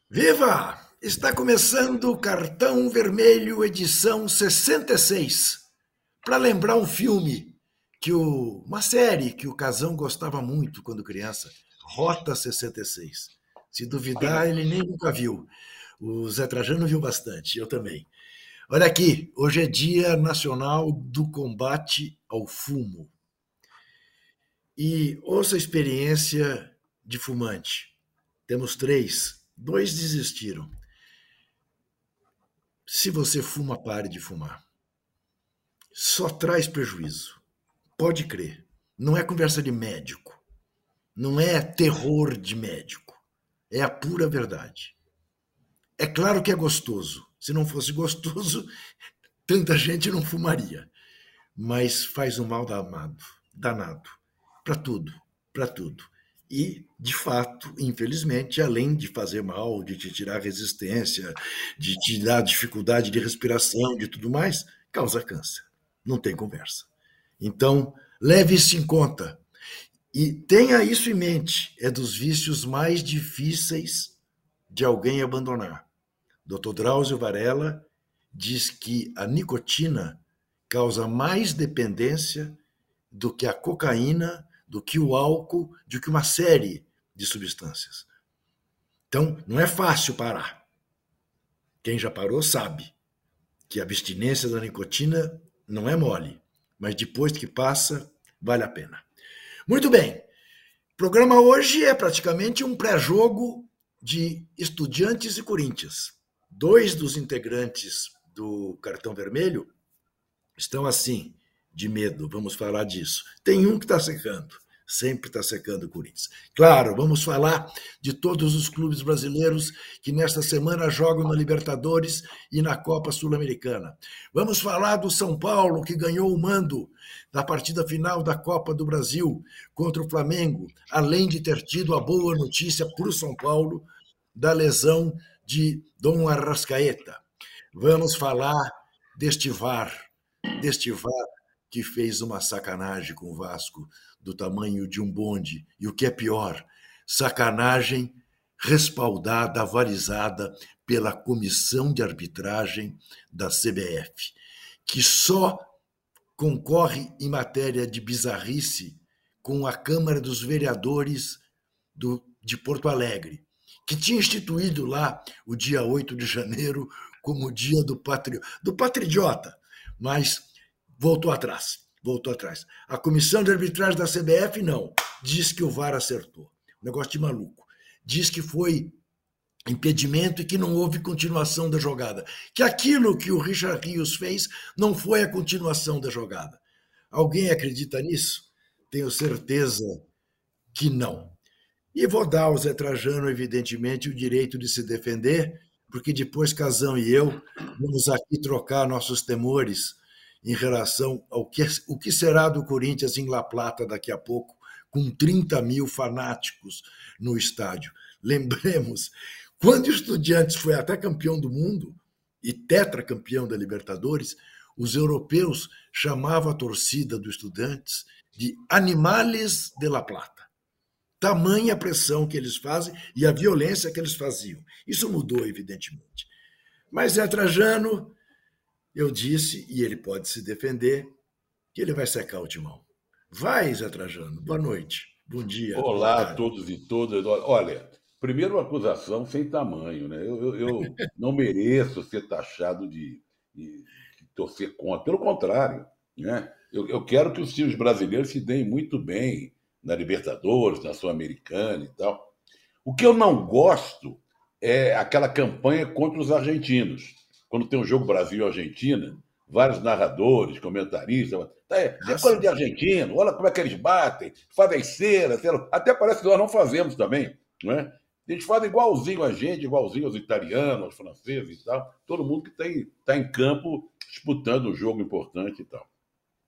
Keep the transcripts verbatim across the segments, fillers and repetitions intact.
Viva! Está começando o Cartão Vermelho, edição sessenta e seis. Para lembrar um filme, que o, uma série que o Casão gostava muito quando criança, Rota sessenta e seis. Se duvidar, ele nem nunca viu. O Zé Trajano viu bastante, eu também. Olha aqui, hoje é Dia Nacional do Combate ao Fumo. E ouça a experiência de fumante. Temos três, dois desistiram. Se você fuma, pare de fumar. Só traz prejuízo. Pode crer. Não é conversa de médico. Não é terror de médico. É a pura verdade. É claro que é gostoso. Se não fosse gostoso, tanta gente não fumaria. Mas faz um mal danado. Danado. Para tudo. Para tudo. E, de fato, infelizmente, além de fazer mal, de te tirar resistência, de te dar dificuldade de respiração, de tudo mais, causa câncer. Não tem conversa. Então, leve isso em conta. E tenha isso em mente. É dos vícios mais difíceis de alguém abandonar. doutor Drauzio Varela diz que a nicotina causa mais dependência do que a cocaína, do que o álcool, do que uma série de substâncias. Então, não é fácil parar. Quem já parou sabe que a abstinência da nicotina não é mole, mas depois que passa, vale a pena. Muito bem. O programa hoje é praticamente um pré-jogo de Estudiantes e Corinthians. Dois dos integrantes do Cartão Vermelho estão assim, de medo, vamos falar disso. Tem um que está secando, sempre está secando o Corinthians. Claro, vamos falar de todos os clubes brasileiros que nesta semana jogam na Libertadores e na Copa Sul-Americana. Vamos falar do São Paulo, que ganhou o mando da partida final da Copa do Brasil contra o Flamengo, além de ter tido a boa notícia para o São Paulo da lesão de Dom Arrascaeta. Vamos falar deste V A R, deste V A R que fez uma sacanagem com o Vasco do tamanho de um bonde. E o que é pior, sacanagem respaldada, avalizada pela comissão de arbitragem da C B F, que só concorre em matéria de bizarrice com a Câmara dos Vereadores do, de Porto Alegre, que tinha instituído lá o dia oito de janeiro como o dia do, patri, do patriota, mas voltou atrás, voltou atrás. A comissão de arbitragem da C B F, não, diz que o V A R acertou. Negócio de maluco. Diz que foi impedimento e que não houve continuação da jogada. Que aquilo que o Richard Rios fez não foi a continuação da jogada. Alguém acredita nisso? Tenho certeza que não. E vou dar ao Zé Trajano, evidentemente, o direito de se defender, porque depois Casão e eu vamos aqui trocar nossos temores em relação ao que, o que será do Corinthians em La Plata daqui a pouco, com trinta mil fanáticos no estádio. Lembremos, quando o Estudiantes foi até campeão do mundo e tetracampeão da Libertadores, os europeus chamavam a torcida do Estudiantes de Animales de La Plata. Tamanha pressão que eles fazem e a violência que eles faziam. Isso mudou, evidentemente. Mas Zé Trajano, eu disse, e ele pode se defender, que ele vai secar o timão. Vai, Zé Trajano. Boa noite. Bom dia. Olá a todos e todas. Olha, primeiro uma acusação sem tamanho, né? Eu, eu, eu não mereço ser taxado de, de, de torcer contra. Pelo contrário, né? Eu, eu quero que os times brasileiros se deem muito bem na Libertadores, na Sul-Americana e tal. O que eu não gosto é aquela campanha contra os argentinos. Quando tem um jogo Brasil e Argentina, vários narradores, comentaristas, tá, é coisa de argentino, olha como é que eles batem, fazem cera, até parece que nós não fazemos também, não é? Eles fazem igualzinho a gente, igualzinho aos italianos, aos franceses e tal, todo mundo que está em campo disputando um jogo importante e tal.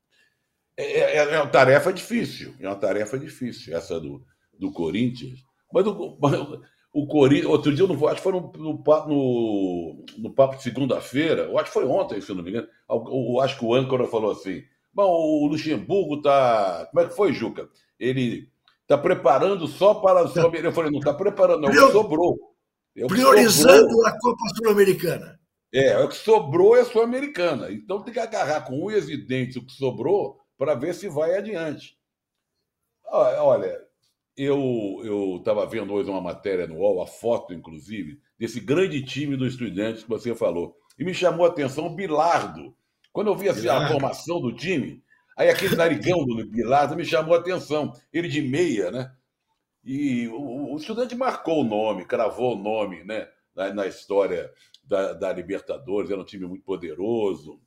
É, é, é uma tarefa difícil, é uma tarefa difícil essa do, do Corinthians, mas o, o Corinthians, outro dia, eu não vou, acho que foi no, no, no, no papo de segunda-feira, eu acho que foi ontem, se eu não me engano, eu, acho que o âncora falou assim, bom, o Luxemburgo está, como é que foi, Juca? Ele está preparando só para a Sul-Americana. Eu falei, não está preparando, não, sobrou. É o que Priorizando sobrou. a Copa Sul-Americana. É, é o que sobrou é a Sul-Americana. Então tem que agarrar com unhas e dentes o que sobrou para ver se vai adiante. Olha, eu estava vendo hoje uma matéria no U O L, a foto, inclusive, desse grande time do Estudiantes que você falou. E me chamou a atenção o Bilardo. Quando eu vi assim, a Bilardo. formação do time, aí aquele narigão do Bilardo me chamou a atenção. Ele de meia, né? E o, o Estudante marcou o nome, cravou o nome, né? Na, na história da, da Libertadores, era um time muito poderoso.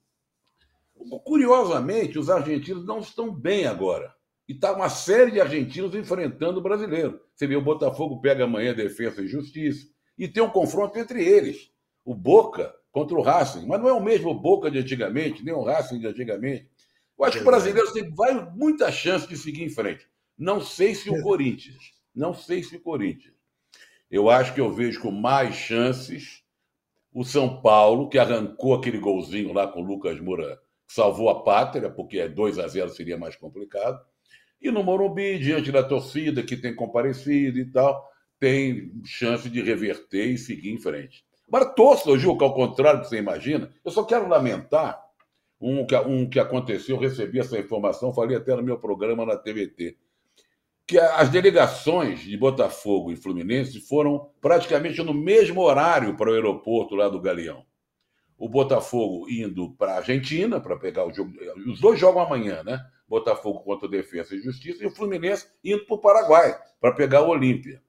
Curiosamente, os argentinos não estão bem agora. E está uma série de argentinos enfrentando o brasileiro. Você vê, o Botafogo pega amanhã Defensa e Justiça. E tem um confronto entre eles. O Boca contra o Racing. Mas não é o mesmo Boca de antigamente, nem o Racing de antigamente. Eu acho que o brasileiro tem vai, muita chance de seguir em frente. Não sei se o Corinthians. Não sei se o Corinthians. Eu acho que eu vejo com mais chances o São Paulo, que arrancou aquele golzinho lá com o Lucas Moura, salvou a pátria, porque dois a zero seria mais complicado. E no Morumbi, diante da torcida que tem comparecido e tal, tem chance de reverter e seguir em frente. Mas torço, Juca, ao contrário do que você imagina, eu só quero lamentar um que, um que aconteceu, eu recebi essa informação, falei até no meu programa na T V T, que as delegações de Botafogo e Fluminense foram praticamente no mesmo horário para o aeroporto lá do Galeão. O Botafogo indo para a Argentina para pegar o jogo. Os dois jogam amanhã, né? Botafogo contra Defensa e Justiça, e o Fluminense indo para o Paraguai para pegar o Olímpia.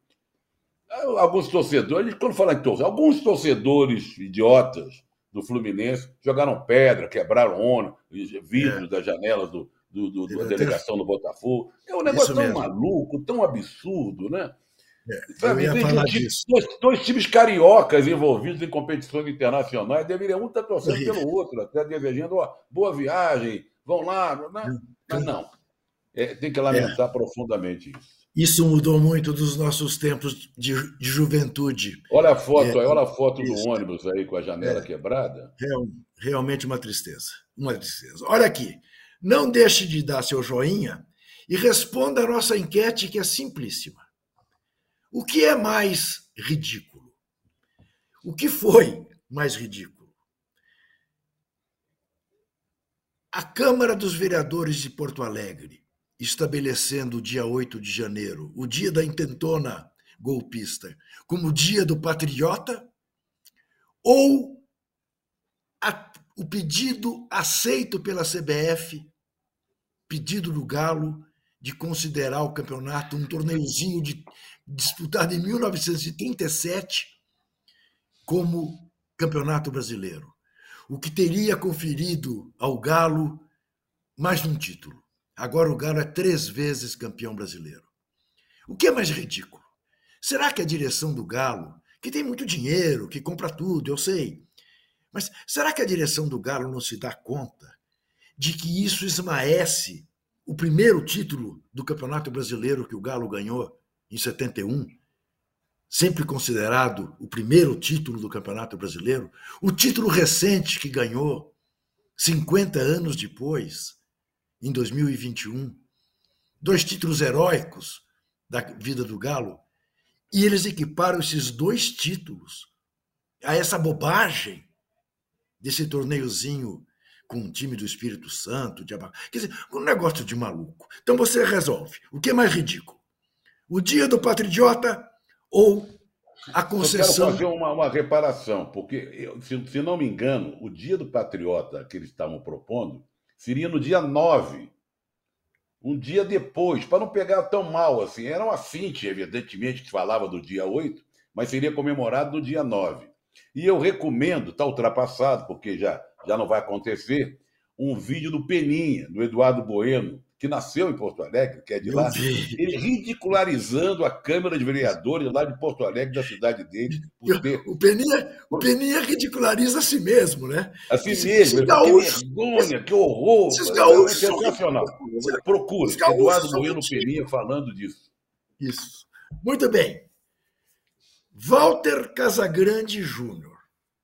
Alguns torcedores, quando falam em torcedores, alguns torcedores idiotas do Fluminense jogaram pedra, quebraram ONU, vidros é. das janelas do, do, do, da delegação do Botafogo. É um negócio tão maluco, tão absurdo, né? É, Sabe, eu ia falar time, disso. Dois, dois times cariocas envolvidos em competições internacionais deveriam um estar torcendo Horrível. pelo outro, até desejando ó, boa viagem, vão lá. Né? Mas não. É, tem que lamentar é. profundamente isso. Isso mudou muito dos nossos tempos de, de juventude. Olha a foto é, aí, olha a foto isso. do ônibus aí com a janela é, quebrada. Real, realmente uma tristeza. Uma tristeza. Olha aqui. Não deixe de dar seu joinha e responda a nossa enquete, que é simplíssima. O que é mais ridículo? O que foi mais ridículo? A Câmara dos Vereadores de Porto Alegre, estabelecendo o dia oito de janeiro, o dia da intentona golpista, como o dia do patriota, ou a, o pedido aceito pela C B F, pedido do Galo, de considerar o campeonato um torneiozinho de, disputado em mil novecentos e trinta e sete como campeonato brasileiro, o que teria conferido ao Galo mais um título. Agora o Galo é três vezes campeão brasileiro. O que é mais ridículo? Será que a direção do Galo, que tem muito dinheiro, que compra tudo, eu sei, mas será que a direção do Galo não se dá conta de que isso esmaece o primeiro título do Campeonato Brasileiro que o Galo ganhou em setenta e um, sempre considerado o primeiro título do Campeonato Brasileiro, o título recente que ganhou cinquenta anos depois, em dois mil e vinte e um, dois títulos heróicos da vida do Galo, e eles equiparam esses dois títulos a essa bobagem desse torneiozinho com o time do Espírito Santo, de... quer dizer, um negócio de maluco. Então você resolve. O que é mais ridículo? O dia do patriota ou a concessão... Eu quero fazer uma, uma reparação, porque, eu, se, se não me engano, o dia do patriota que eles estavam propondo seria no dia nove, um dia depois, para não pegar tão mal assim. Era uma finte, evidentemente, que falava do dia oito, mas seria comemorado no dia nove. E eu recomendo, está ultrapassado, porque já, já não vai acontecer, um vídeo do Peninha, do Eduardo Bueno, que nasceu em Porto Alegre, que é de lá, ele ridicularizando a Câmara de Vereadores lá de Porto Alegre, da cidade dele. Por ter... o, Peninha, o Peninha ridiculariza a si mesmo, né? A si esse, mesmo, esse gaúcho, que vergonha, esse, que horror. Esses gaúchos é sensacional. Procure, Eduardo Bueno Peninha falando disso. Isso. Muito bem. Walter Casagrande Júnior.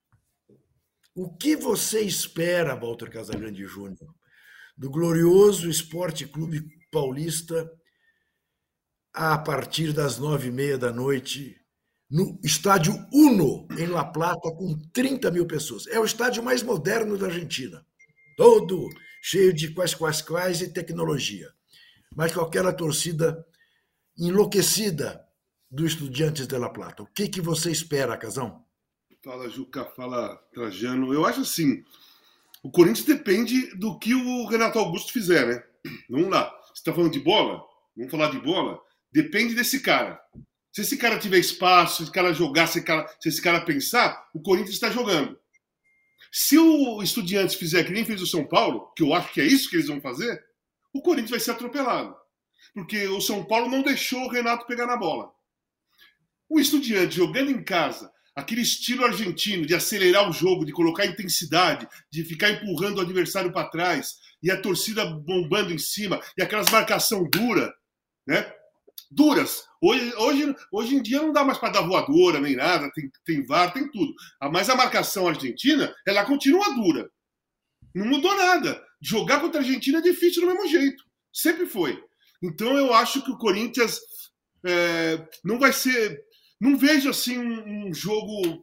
O que você espera, Walter Casagrande Júnior, do glorioso Esporte Clube Paulista a partir das nove e meia da noite no estádio Uno, em La Plata, com trinta mil pessoas. É o estádio mais moderno da Argentina, todo cheio de quais, quais, quais e tecnologia. Mas com aquela torcida enlouquecida do Estudiantes de La Plata. O que, que você espera, Casão? Fala, Juca, fala, Trajano. Eu acho assim, o Corinthians depende do que o Renato Augusto fizer, né? Vamos lá. Você está falando de bola? Vamos falar de bola? Depende desse cara. Se esse cara tiver espaço, se esse cara jogar, se esse cara, se esse cara pensar, o Corinthians está jogando. Se o Estudiantes fizer que nem fez o São Paulo, que eu acho que é isso que eles vão fazer, o Corinthians vai ser atropelado. Porque o São Paulo não deixou o Renato pegar na bola. O Estudiantes jogando em casa, aquele estilo argentino de acelerar o jogo, de colocar intensidade, de ficar empurrando o adversário para trás, e a torcida bombando em cima, e aquelas marcação dura, né? Duras. Hoje, hoje, hoje em dia não dá mais para dar voadora nem nada, tem, tem V A R, tem tudo. Mas a marcação argentina, ela continua dura. Não mudou nada. Jogar contra a Argentina é difícil do mesmo jeito. Sempre foi. Então eu acho que o Corinthians é, não vai ser... Não vejo assim um, um jogo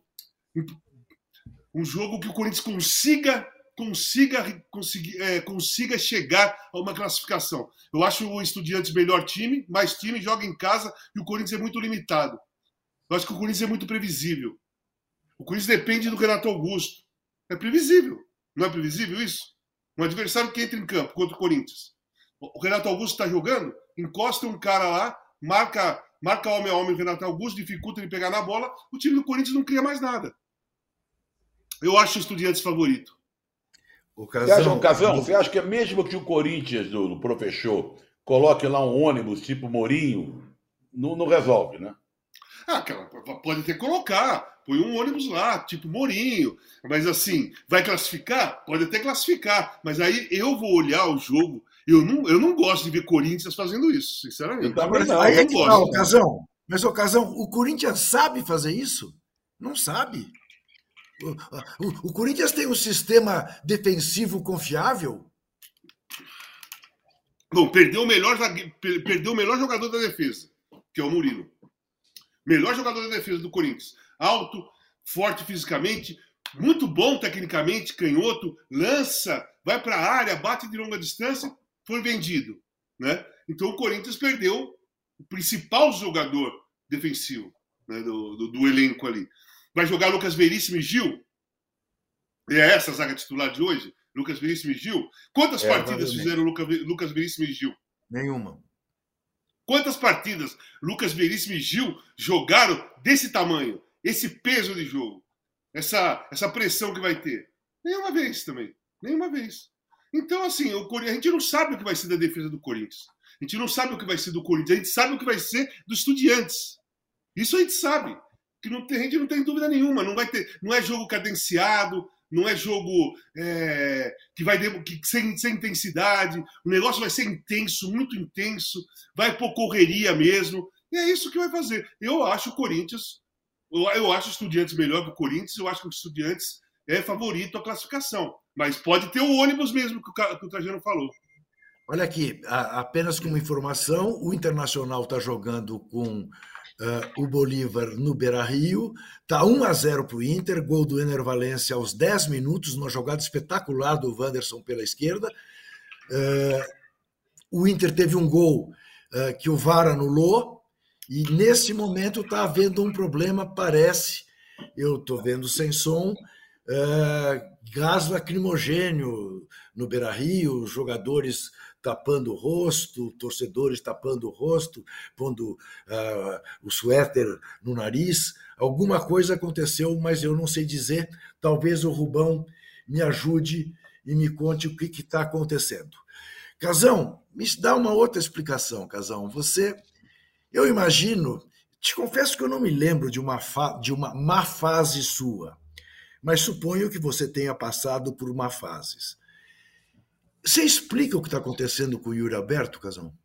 um jogo que o Corinthians consiga consiga, consiga, é, consiga chegar a uma classificação. Eu acho o Estudiantes melhor time, mais time, joga em casa e o Corinthians é muito limitado. Eu acho que o Corinthians é muito previsível. O Corinthians depende do Renato Augusto. É previsível. Não é previsível isso? Um adversário que entra em campo contra o Corinthians. O Renato Augusto está jogando, encosta um cara lá, marca, marca homem a homem o Renato Augusto, dificulta ele pegar na bola, o time do Corinthians não cria mais nada. Eu acho o Estudiantes favorito. O Casão, você acha, Casão, você acha que mesmo que o Corinthians, do, do professor, coloque lá um ônibus tipo Mourinho, não, não resolve, né? Ah, cara, pode até colocar, põe um ônibus lá, tipo Mourinho, mas assim, vai classificar? Pode até classificar, mas aí eu vou olhar o jogo, eu não, eu não gosto de ver Corinthians fazendo isso, sinceramente. Eu também não, aí é que tá, o Casão, mas o Casão, o Corinthians sabe fazer isso? Não sabe. O, o, o Corinthians tem um sistema defensivo confiável? Bom, perdeu o melhor, perdeu o melhor jogador da defesa, que é o Murilo. Melhor jogador da defesa do Corinthians. Alto, forte fisicamente, muito bom tecnicamente, canhoto, lança, vai para a área, bate de longa distância, foi vendido, né? Então o Corinthians perdeu o principal jogador defensivo, né, do, do, do elenco ali. Vai jogar Lucas Veríssimo e Gil? É essa a zaga titular de hoje? Lucas Veríssimo e Gil? Quantas é, partidas fizeram Lucas, Lucas Veríssimo e Gil? Nenhuma. Quantas partidas Lucas Veríssimo e Gil jogaram desse tamanho? Esse peso de jogo? Essa, essa pressão que vai ter? Nenhuma vez também. Nenhuma vez. Então, assim, o, a gente não sabe o que vai ser da defesa do Corinthians. A gente não sabe o que vai ser do Corinthians. A gente sabe o que vai ser dos Estudiantes. Isso a gente sabe. Que não tem, a gente não tem dúvida nenhuma. Não, vai ter, não é jogo cadenciado, não é jogo é, que vai que, sem, sem intensidade. O negócio vai ser intenso, muito intenso. Vai por correria mesmo. E é isso que vai fazer. Eu acho o Corinthians, eu, eu acho o Estudiantes melhor que o Corinthians. Eu acho que o Estudiantes é favorito à classificação. Mas pode ter o ônibus mesmo que o, que o Trajano falou. Olha aqui, a, apenas como informação, o Internacional está jogando com Uh, o Bolívar no Beira-Rio, está um a zero para o Inter, gol do Ener Valencia aos dez minutos, numa jogada espetacular do Wanderson pela esquerda. Uh, o Inter teve um gol uh, que o V A R anulou, e nesse momento está havendo um problema, parece, eu estou vendo sem som, uh, gás lacrimogênio no Beira-Rio, os jogadores tapando o rosto, torcedores tapando o rosto, pondo uh, o suéter no nariz. Alguma coisa aconteceu, mas eu não sei dizer. Talvez o Rubão me ajude e me conte o que está acontecendo. Casão, me dá uma outra explicação, Casão. Você, eu imagino, te confesso que eu não me lembro de uma, fa, de uma má fase sua, mas suponho que você tenha passado por má fases. Você explica o que está acontecendo com o Yuri Alberto, Casão?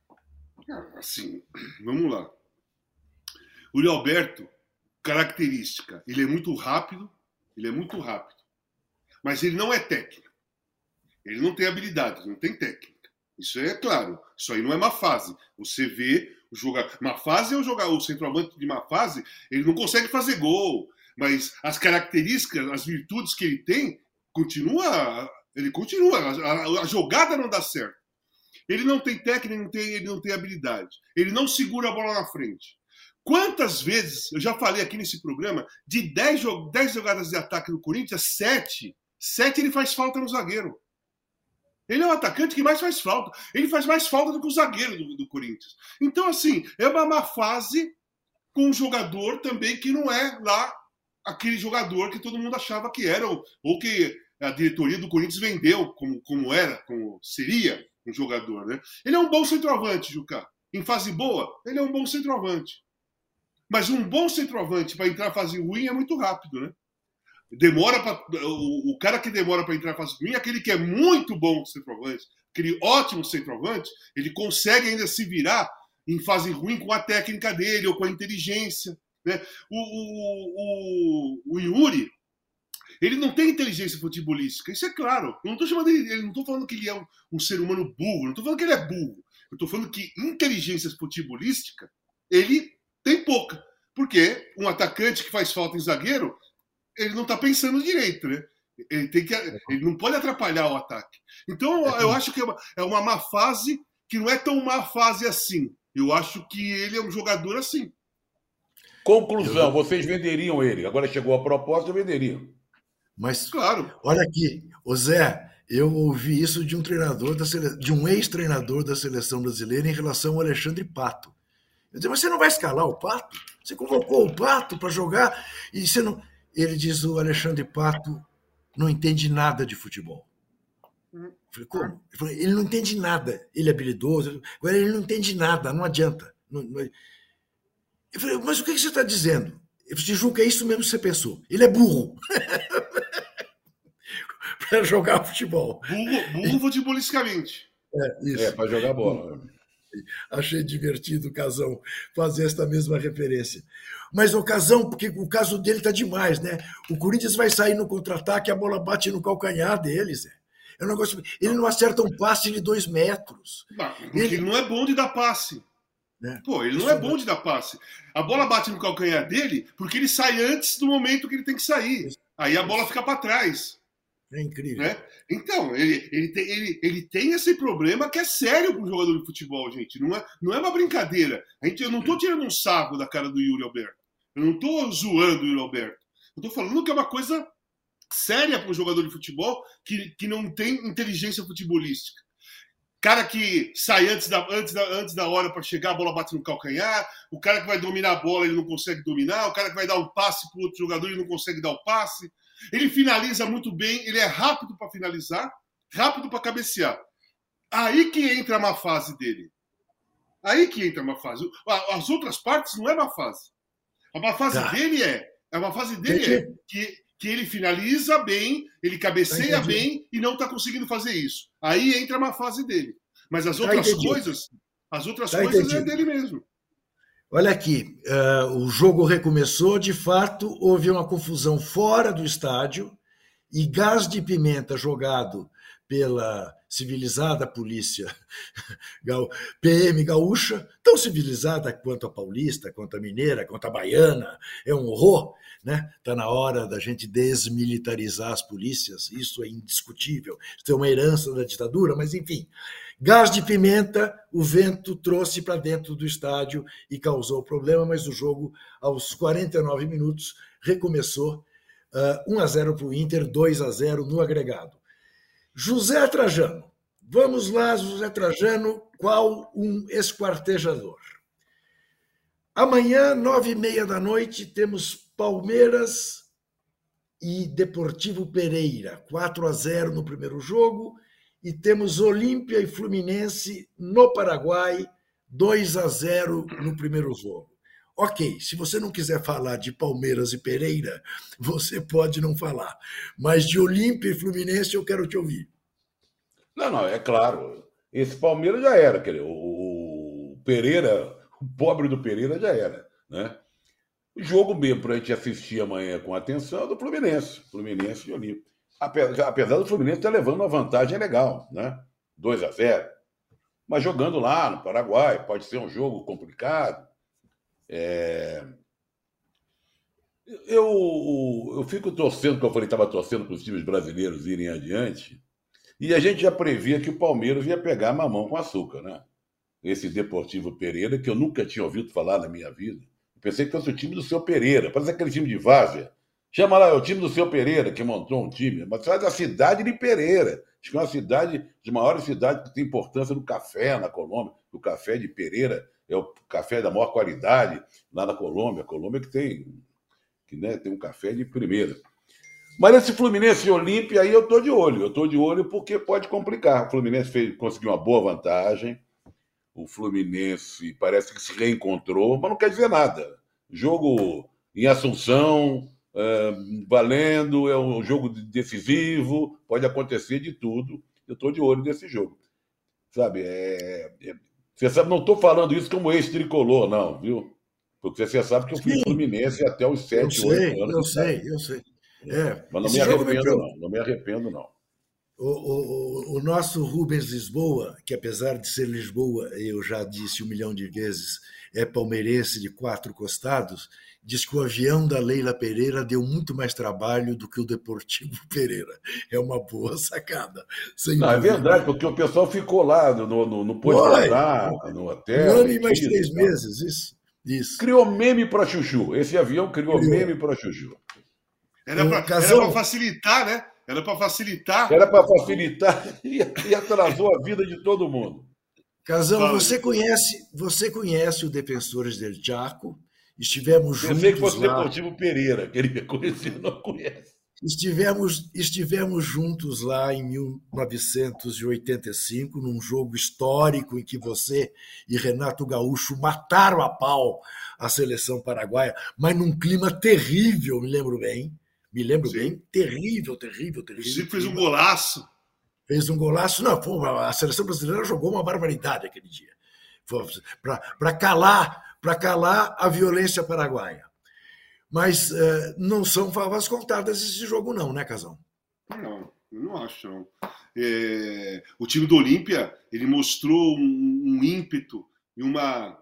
Assim, vamos lá. O Yuri Alberto, característica, ele é muito rápido, ele é muito rápido, mas ele não é técnico. Ele não tem habilidade, não tem técnica. Isso é claro. Isso aí não é má fase. Você vê o jogador. Má fase é o jogador, o centroavante de má fase, ele não consegue fazer gol. Mas as características, as virtudes que ele tem, continua. Ele continua. A, a jogada não dá certo. Ele não tem técnica, ele não tem, ele não tem habilidade. Ele não segura a bola na frente. Quantas vezes, eu já falei aqui nesse programa, de dez jogadas de ataque do Corinthians, sete, sete ele faz falta no zagueiro. Ele é o atacante que mais faz falta. Ele faz mais falta do que o zagueiro do, do Corinthians. Então, assim, é uma má fase com um jogador também que não é lá aquele jogador que todo mundo achava que era, ou, ou que a diretoria do Corinthians vendeu como, como era, como seria um jogador, né? Ele é um bom centroavante, Juca. Em fase boa, ele é um bom centroavante. Mas um bom centroavante para entrar em fase ruim é muito rápido, né? Demora pra, o, o cara que demora para entrar em fase ruim é aquele que é muito bom centroavante, aquele ótimo centroavante, ele consegue ainda se virar em fase ruim com a técnica dele ou com a inteligência, né? O, o, o, o Yuri, ele não tem inteligência futebolística, isso é claro. Eu não estou chamando ele, ele não estou falando que ele é um, um ser humano burro, não estou falando que ele é burro. Eu estou falando que inteligência futebolística ele tem pouca, porque um atacante que faz falta em zagueiro, ele não está pensando direito, né? Ele, tem que, ele não pode atrapalhar o ataque. Então, eu acho que é uma, é uma má fase que não é tão má fase assim. Eu acho que ele é um jogador assim. Conclusão, eu... vocês venderiam ele. Agora chegou a proposta, venderiam. Mas, claro. Olha aqui, ô Zé, eu ouvi isso de um treinador, da sele... de um ex-treinador da seleção brasileira em relação ao Alexandre Pato. Eu disse, mas você não vai escalar o Pato? Você convocou o Pato para jogar e você não... Ele diz, o Alexandre Pato não entende nada de futebol. Eu falei, como? Ele falou, ele não entende nada. Ele é habilidoso, agora ele não entende nada, não adianta. Não, não... Eu falei, mas o que você está dizendo? Eu falei, Juca, é isso mesmo que você pensou. Ele é burro. Para jogar futebol. Burro, burro futebolisticamente. É, isso. É, para jogar bola. Achei divertido o Casão fazer esta mesma referência. Mas o Casão, porque o caso dele está demais, né? O Corinthians vai sair no contra-ataque, a bola bate no calcanhar deles. É um negócio... Ele não acerta um passe de dois metros. Não, porque ele não é bom de dar passe. É. Pô, ele não é bom de dar passe. A bola bate no calcanhar dele porque ele sai antes do momento que ele tem que sair. Aí a bola fica para trás. É incrível. Né? Então, ele, ele, tem, ele, ele tem esse problema que é sério para um jogador de futebol, gente. Não é, não é uma brincadeira. A gente, eu não estou tirando um sarro da cara do Yuri Alberto. Eu não estou zoando o Yuri Alberto. Eu estou falando que é uma coisa séria para um jogador de futebol que, que não tem inteligência futebolística. Cara que sai antes da, antes da, antes da hora para chegar, a bola bate no calcanhar. O cara que vai dominar a bola, ele não consegue dominar. O cara que vai dar um passe para o outro jogador, ele não consegue dar o passe. Ele finaliza muito bem, ele é rápido para finalizar, rápido para cabecear. Aí que entra a má fase dele. Aí que entra a má fase. As outras partes não é má fase. A má fase tá. dele é... A má fase dele é que, que ele finaliza bem, ele cabeceia tá bem e não está conseguindo fazer isso. Aí entra a má fase dele. Mas as outras tá coisas, as outras tá coisas entendido. É dele mesmo. Olha aqui, uh, o jogo recomeçou, de fato, houve uma confusão fora do estádio e gás de pimenta jogado pela civilizada polícia P M gaúcha, tão civilizada quanto a paulista, quanto a mineira, quanto a baiana, é um horror, né? Está na hora da gente desmilitarizar as polícias, isso é indiscutível, isso é uma herança da ditadura, mas enfim... Gás de pimenta, o vento trouxe para dentro do estádio e causou problema, mas o jogo, aos quarenta e nove minutos, recomeçou uh, um a zero para o Inter, dois a zero no agregado. José Trajano, vamos lá, José Trajano, qual um esquartejador? Amanhã, nove e meia da noite, temos Palmeiras e Deportivo Pereira, quatro a zero no primeiro jogo, e temos Olímpia e Fluminense no Paraguai, dois a zero no primeiro jogo. Ok, se você não quiser falar de Palmeiras e Pereira, você pode não falar. Mas de Olímpia e Fluminense eu quero te ouvir. Não, não, é claro. Esse Palmeiras já era. Quer dizer, o Pereira, o pobre do Pereira já era. Né? O jogo mesmo para a gente assistir amanhã com atenção é do Fluminense. Fluminense e Olímpia. Apesar do Fluminense estar levando uma vantagem legal, né? dois a zero. mas jogando lá no Paraguai, pode ser um jogo complicado. É... Eu, eu fico torcendo, como eu falei, estava torcendo para os times brasileiros irem adiante, e a gente já previa que o Palmeiras ia pegar mamão com açúcar, né? Esse Deportivo Pereira, que eu nunca tinha ouvido falar na minha vida. Pensei que fosse o time do seu Pereira, parece aquele time de várzea. Chama lá, é o time do seu Pereira, que montou um time, mas sai da cidade de Pereira. Acho que é uma cidade, de maiores cidades que tem importância no café na Colômbia. O café de Pereira é o café da maior qualidade lá na Colômbia. A Colômbia que tem, que, né, tem um café de primeira. Mas esse Fluminense e Olímpia aí eu estou de olho. Eu estou de olho porque pode complicar. O Fluminense fez, conseguiu uma boa vantagem. O Fluminense parece que se reencontrou, mas não quer dizer nada. Jogo em Assunção, é, valendo, é um jogo decisivo, pode acontecer de tudo. Eu estou de olho nesse jogo. Sabe, é, é, você sabe, não estou falando isso como ex-tricolor, não, viu? Porque você sabe que eu fui Fluminense até os sete, oito anos. Eu sei, eu sei. É, mas não me arrependo, não. Não me arrependo, não. O, o, o nosso Rubens Lisboa, que apesar de ser Lisboa, eu já disse um milhão de vezes, é palmeirense de quatro costados, diz que o avião da Leila Pereira deu muito mais trabalho do que o Deportivo Pereira. É uma boa sacada. Não, é verdade, porque o pessoal ficou lá, no, no, no pôde entrar, no hotel. Um ano e mais três tá. meses, isso, isso. Criou meme para Chuchu. Esse avião criou, criou. meme para Chuchu. Era para facilitar, né? Era para facilitar. Era para facilitar e, e atrasou a vida de todo mundo. Casão, Fala. você conhece, você conhece o Defensores del Chaco? Estivemos juntos lá. Eu sei que fosse o Deportivo Pereira, que ele conhecia, não conhece. Estivemos, estivemos juntos lá em mil novecentos e oitenta e cinco, num jogo histórico em que você e Renato Gaúcho mataram a pau a seleção paraguaia, mas num clima terrível, me lembro bem. Me lembro Sim. bem, terrível, terrível, terrível. O Chico fez um golaço. Fez um golaço. Não, pô, a seleção brasileira jogou uma barbaridade aquele dia. Para calar, para calar a violência paraguaia. Mas uh, não são favas contadas esse jogo não, né, Casão? Não, eu não acho, não. É, o time do Olímpia, ele mostrou um, um ímpeto e uma,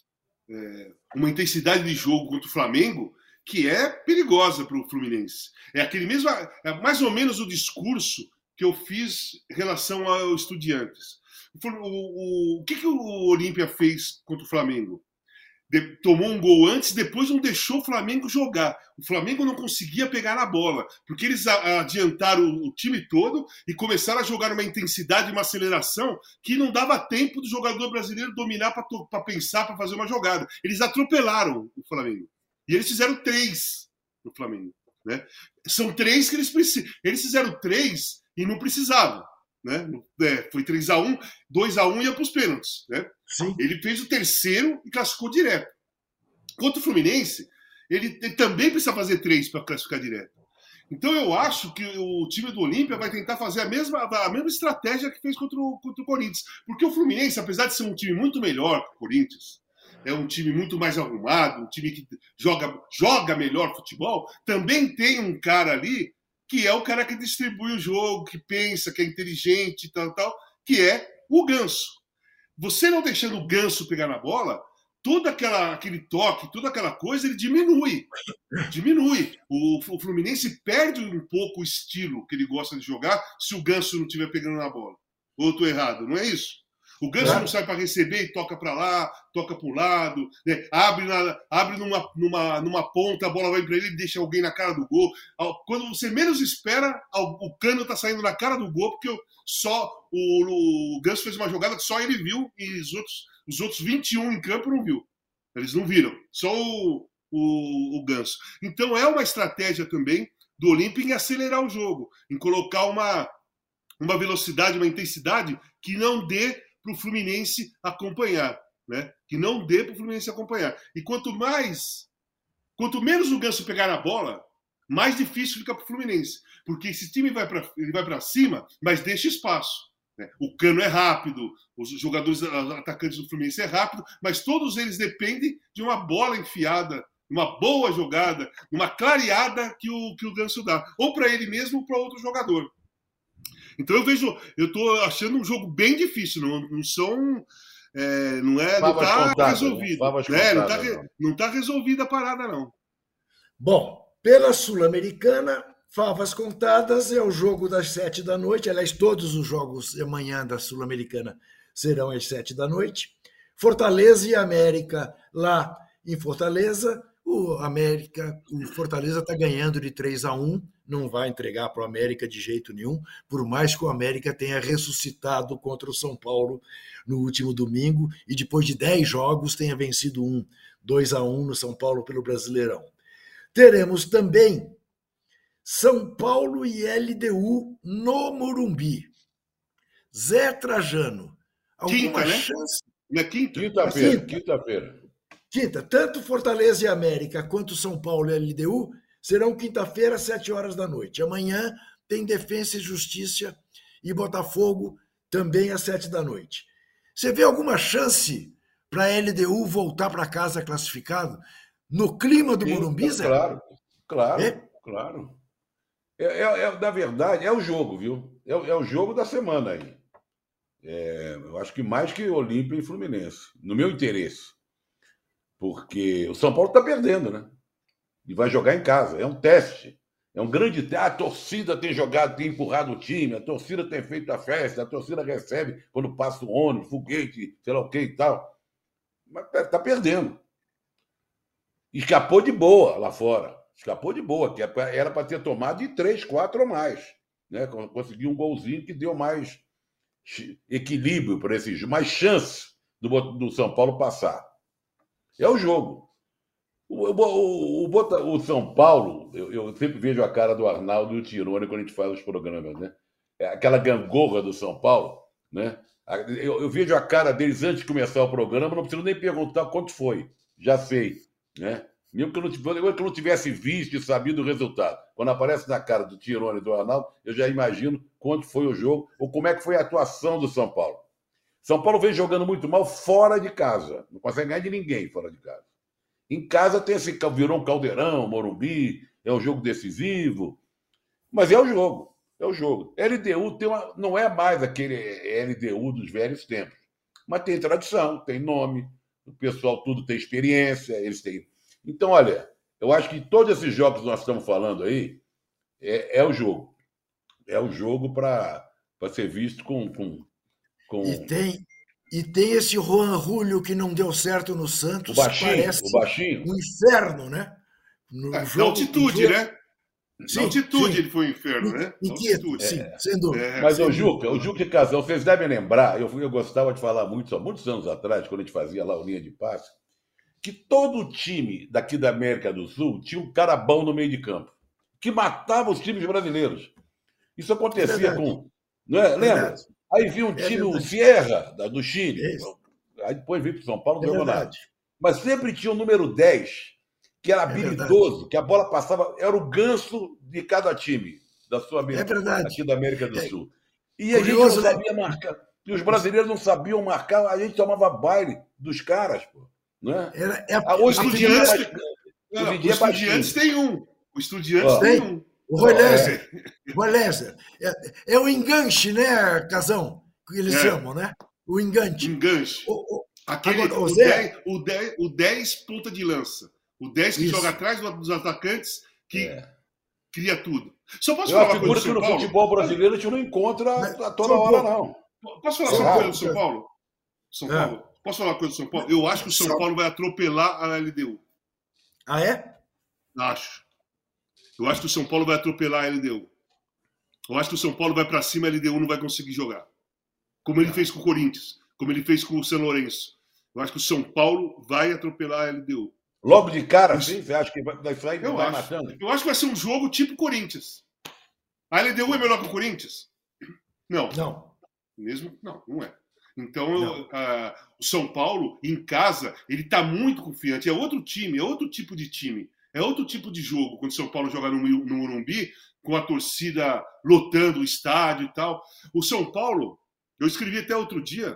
é, uma intensidade de jogo contra o Flamengo que é perigosa para o Fluminense. É aquele mesmo, é mais ou menos o discurso que eu fiz em relação ao Estudiantes. O, o, o que, que o Olímpia fez contra o Flamengo? De, tomou um gol antes, depois não deixou o Flamengo jogar. O Flamengo não conseguia pegar na bola, porque eles adiantaram o, o time todo e começaram a jogar uma intensidade e uma aceleração que não dava tempo do jogador brasileiro dominar para pensar, para fazer uma jogada. Eles atropelaram o Flamengo. E eles fizeram três no Flamengo. Né? São três que eles precisam. Eles fizeram três e não precisavam. Né? É, foi três a um, dois a um e ia para os pênaltis. Né? Ele fez o terceiro e classificou direto. Contra o Fluminense, ele, ele também precisa fazer três para classificar direto. Então eu acho que o time do Olímpia vai tentar fazer a mesma, a mesma estratégia que fez contra o, contra o Corinthians. Porque o Fluminense, apesar de ser um time muito melhor que o Corinthians, é um time muito mais arrumado, um time que joga, joga melhor futebol, também tem um cara ali que é o cara que distribui o jogo, que pensa, que é inteligente e tal, tal, que é o Ganso. Você não deixando o Ganso pegar na bola, todo aquela, aquele toque, toda aquela coisa, ele diminui. Diminui. O, o Fluminense perde um pouco o estilo que ele gosta de jogar se o Ganso não estiver pegando na bola. Ou eu estou errado, não é isso? O Ganso é. não sai para receber e toca para lá, toca para o lado, né? abre, na, abre numa, numa, numa ponta, a bola vai para ele e deixa alguém na cara do gol. Quando você menos espera, o Cano está saindo na cara do gol, porque só o, o Ganso fez uma jogada que só ele viu e os outros, os outros vinte e um em campo não viu. Eles não viram, só o, o, o Ganso. Então é uma estratégia também do Olímpia em acelerar o jogo, em colocar uma, uma velocidade, uma intensidade que não dê para o Fluminense acompanhar, né? Que não dê para o Fluminense acompanhar. E quanto mais, quanto menos o Ganso pegar na bola, mais difícil fica para o Fluminense, porque esse time vai para ele vai para cima, mas deixa espaço. Né? O Cano é rápido, os jogadores atacantes do Fluminense é rápido, mas todos eles dependem de uma bola enfiada, uma boa jogada, uma clareada que o que o Ganso dá, ou para ele mesmo ou para outro jogador. Então eu vejo, eu estou achando um jogo bem difícil, não, não são, é, não é, não está resolvido, né? Não está não tá resolvida a parada não. Bom, pela Sul-Americana, favas contadas é o jogo das sete da noite. Aliás, todos os jogos de amanhã da Sul-Americana serão às sete da noite. Fortaleza e América lá em Fortaleza. O América, o Fortaleza está ganhando de três a um, não vai entregar para o América de jeito nenhum, por mais que o América tenha ressuscitado contra o São Paulo no último domingo e depois de dez jogos tenha vencido um, dois a um no São Paulo pelo Brasileirão. Teremos também São Paulo e L D U no Morumbi. Zé Trajano, alguma quinta, né? chance? Na quinta? Quinta-feira, quinta. quinta-feira. Quinta, tanto Fortaleza e América quanto São Paulo e L D U serão quinta-feira, às sete horas da noite. Amanhã tem Defensa e Justiça e Botafogo também às sete da noite. Você vê alguma chance para a L D U voltar para casa classificado no clima do Sim, Morumbi, Zé? Claro, claro, é? claro. É, é, é, na verdade, é o jogo, viu? É, é o jogo da semana aí. É, eu acho que mais que Olímpia e Fluminense, no meu interesse. Porque o São Paulo está perdendo, né? E vai jogar em casa. É um teste. É um grande teste. A torcida tem jogado, tem empurrado o time, a torcida tem feito a festa, a torcida recebe quando passa o ônibus, foguete, sei lá o que e tal. Mas está perdendo. Escapou de boa lá fora. Escapou de boa, que era para ter tomado de três, quatro ou mais. Né? Conseguiu um golzinho que deu mais equilíbrio para esse jogo, mais chance do, do São Paulo passar. É o jogo. O, o, o, o São Paulo, eu, eu sempre vejo a cara do Arnaldo e do Tirone quando a gente faz os programas, né? É aquela gangorra do São Paulo, né? Eu, eu vejo a cara deles antes de começar o programa, não preciso nem perguntar quanto foi. Já sei, né? Mesmo que eu não, que eu não tivesse visto e sabido o resultado. Quando aparece na cara do Tirone e do Arnaldo, eu já imagino quanto foi o jogo ou como é que foi a atuação do São Paulo. São Paulo vem jogando muito mal fora de casa. Não consegue ganhar de ninguém fora de casa. Em casa tem esse, virou um caldeirão, Morumbi, é um jogo decisivo. Mas é o jogo, é o jogo. L D U tem uma, não é mais aquele L D U dos velhos tempos. Mas tem tradição, tem nome, o pessoal tudo tem experiência, eles têm... Então, olha, eu acho que todos esses jogos que nós estamos falando aí é, é o jogo. É o jogo para ser visto com... com Com... E, tem, e tem esse Juan Julio que não deu certo no Santos. O baixinho, parece o baixinho. um inferno, né? No é, jogo, altitude, jogo... né? Sim, na altitude sim. Ele foi um inferno, né? Inquieto, sim, é. sem dúvida. É, Mas, o Juca, o Juca de Casal, vocês devem lembrar, eu, eu gostava de falar muito, há muitos anos atrás, quando a gente fazia lá o Linha de Passe, que todo time daqui da América do Sul tinha um cara bom no meio de campo, que matava os times brasileiros. Isso acontecia é com... Não é? Lembra? Aí viu um time, é o Sierra, do Chile. É aí depois veio para o São Paulo, não é jogou nada. Mas sempre tinha o número dez, que era é habilidoso, verdade. Que a bola passava, era o ganso de cada time da sua América, é aqui da América do Sul. E a Curioso, gente não sabia né? marcar. E os brasileiros não sabiam marcar, a gente tomava baile dos caras, pô. Não é? Era, é a, hoje o Estudiantes, tem... não, não, o Estudiantes tem um. O Estudiantes oh. tem um. O Roy Lézer, é. Roy Lézer. É, é o enganche, né, Casão? Que eles é. chamam, né? O enganche. Enganche. O, o, Aquele, agora, o, dez, o, dez, o dez ponta de lança. O dez que Isso. joga atrás dos atacantes, que é. cria tudo. Só posso Eu falar uma coisa do São Paulo? No futebol brasileiro a gente não encontra Mas, a toda hora, não. Posso falar só uma coisa do São Paulo? São Paulo? É. Posso falar uma coisa do São Paulo? Eu acho que o São Paulo vai atropelar a L D U. Ah, é? Acho. Eu acho que o São Paulo vai atropelar a L D U. Eu acho que o São Paulo vai para cima e a L D U não vai conseguir jogar. Como ele fez com o Corinthians, como ele fez com o São Lourenço. Eu acho que o São Paulo vai atropelar a L D U. Logo de cara, sim? Você acha que vai sair eu vai acho. matando? Eu acho que vai ser um jogo tipo Corinthians. A L D U é melhor que o Corinthians? Não. Não. Mesmo? Não, não é. Então, não. Eu, uh, o São Paulo, em casa, ele está muito confiante. É outro time, é outro tipo de time. É outro tipo de jogo, quando o São Paulo joga no, no Morumbi, com a torcida lotando o estádio e tal. O São Paulo, eu escrevi até outro dia,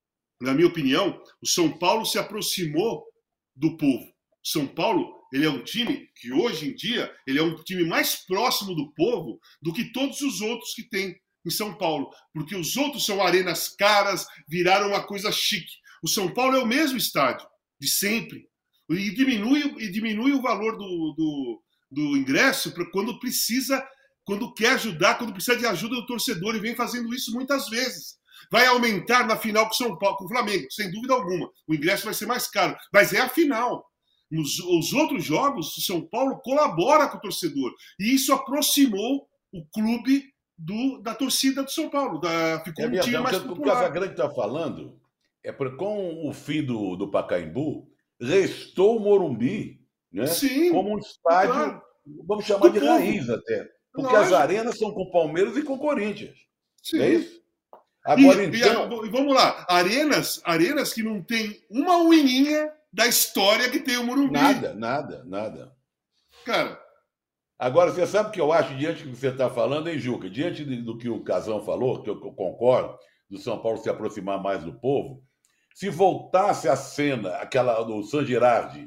na minha opinião, o São Paulo se aproximou do povo. São Paulo, ele é um time que hoje em dia, ele é um time mais próximo do povo do que todos os outros que tem em São Paulo, porque os outros são arenas caras, viraram uma coisa chique. O São Paulo é o mesmo estádio, de sempre. E diminui, e diminui o valor do, do, do ingresso pra quando precisa, quando quer ajudar, quando precisa de ajuda do torcedor, e vem fazendo isso muitas vezes. Vai aumentar na final com o São Paulo, com o Flamengo, sem dúvida alguma. O ingresso vai ser mais caro, mas é a final. Os, os outros jogos, o São Paulo colabora com o torcedor. E isso aproximou o clube do, da torcida do São Paulo. Da, ficou É um time mais o que o popular. Casagrande está falando é porque com o fim do, do Pacaembu, restou o Morumbi, né? Sim, como um estádio, claro. vamos chamar Do de povo. raiz até. Porque Lógico. as arenas são com Palmeiras e com Corinthians. Sim. Não é isso? Agora, e, então... e, vamos lá, arenas, arenas que não tem uma uininha da história que tem o Morumbi. Nada, nada, nada. Cara... Agora, você sabe o que eu acho diante do que você está falando, hein, Juca? Diante do que o Casão falou, que eu concordo, do São Paulo se aproximar mais do povo, se voltasse a cena, aquela do San Girardi,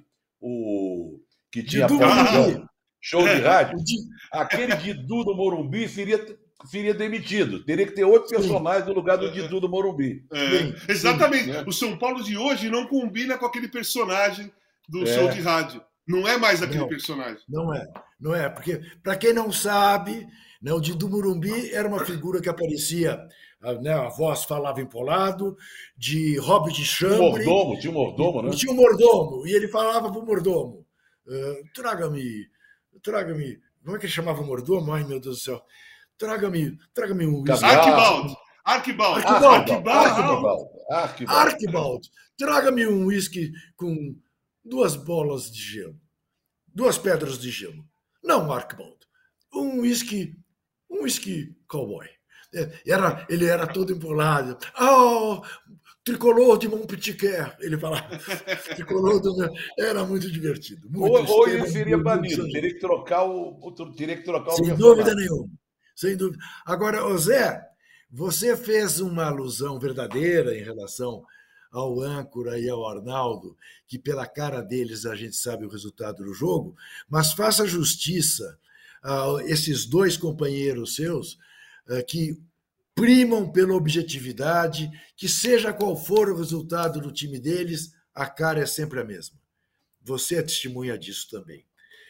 o que tinha Morumbi. show de rádio, aquele Didu do Morumbi seria, seria demitido. Teria que ter outro personagem no lugar do Didu do Morumbi. É, sim, exatamente. Sim, né? O São Paulo de hoje não combina com aquele personagem do é. show de rádio. Não é mais aquele não, personagem. Não é, não é. Porque, para quem não sabe, né, o Didu Morumbi era uma figura que aparecia, né, a voz falava empolado, de hobby de chambre. Tinha um mordomo, tinha um mordomo, né? Tinha um mordomo, e ele falava para o mordomo, uh, traga-me, traga-me, como é que ele chamava o mordomo? Ai, meu Deus do céu. Traga-me, traga-me um... Arquibaldo. Arquibaldo. Arquibaldo. Arquibaldo. Arquibaldo. Arquibaldo. Traga-me um uísque com duas bolas de gelo. Duas pedras de gelo. Não, Arquibaldo. Um uísque, um uísque cowboy. Era, ele era todo empolado. Oh, tricolor de Montpellier. Ele falava. Tricolor do... Era muito divertido. Muito ou, ou ele seria banido. Teria que trocar o, o teria que trocar Sem o dúvida nenhuma. Sem dúvida. Agora, ô Zé, você fez uma alusão verdadeira em relação ao âncora e ao Arnaldo, que pela cara deles a gente sabe o resultado do jogo, mas faça justiça a esses dois companheiros seus que primam pela objetividade, que seja qual for o resultado do time deles, a cara é sempre a mesma. Você é testemunha disso também.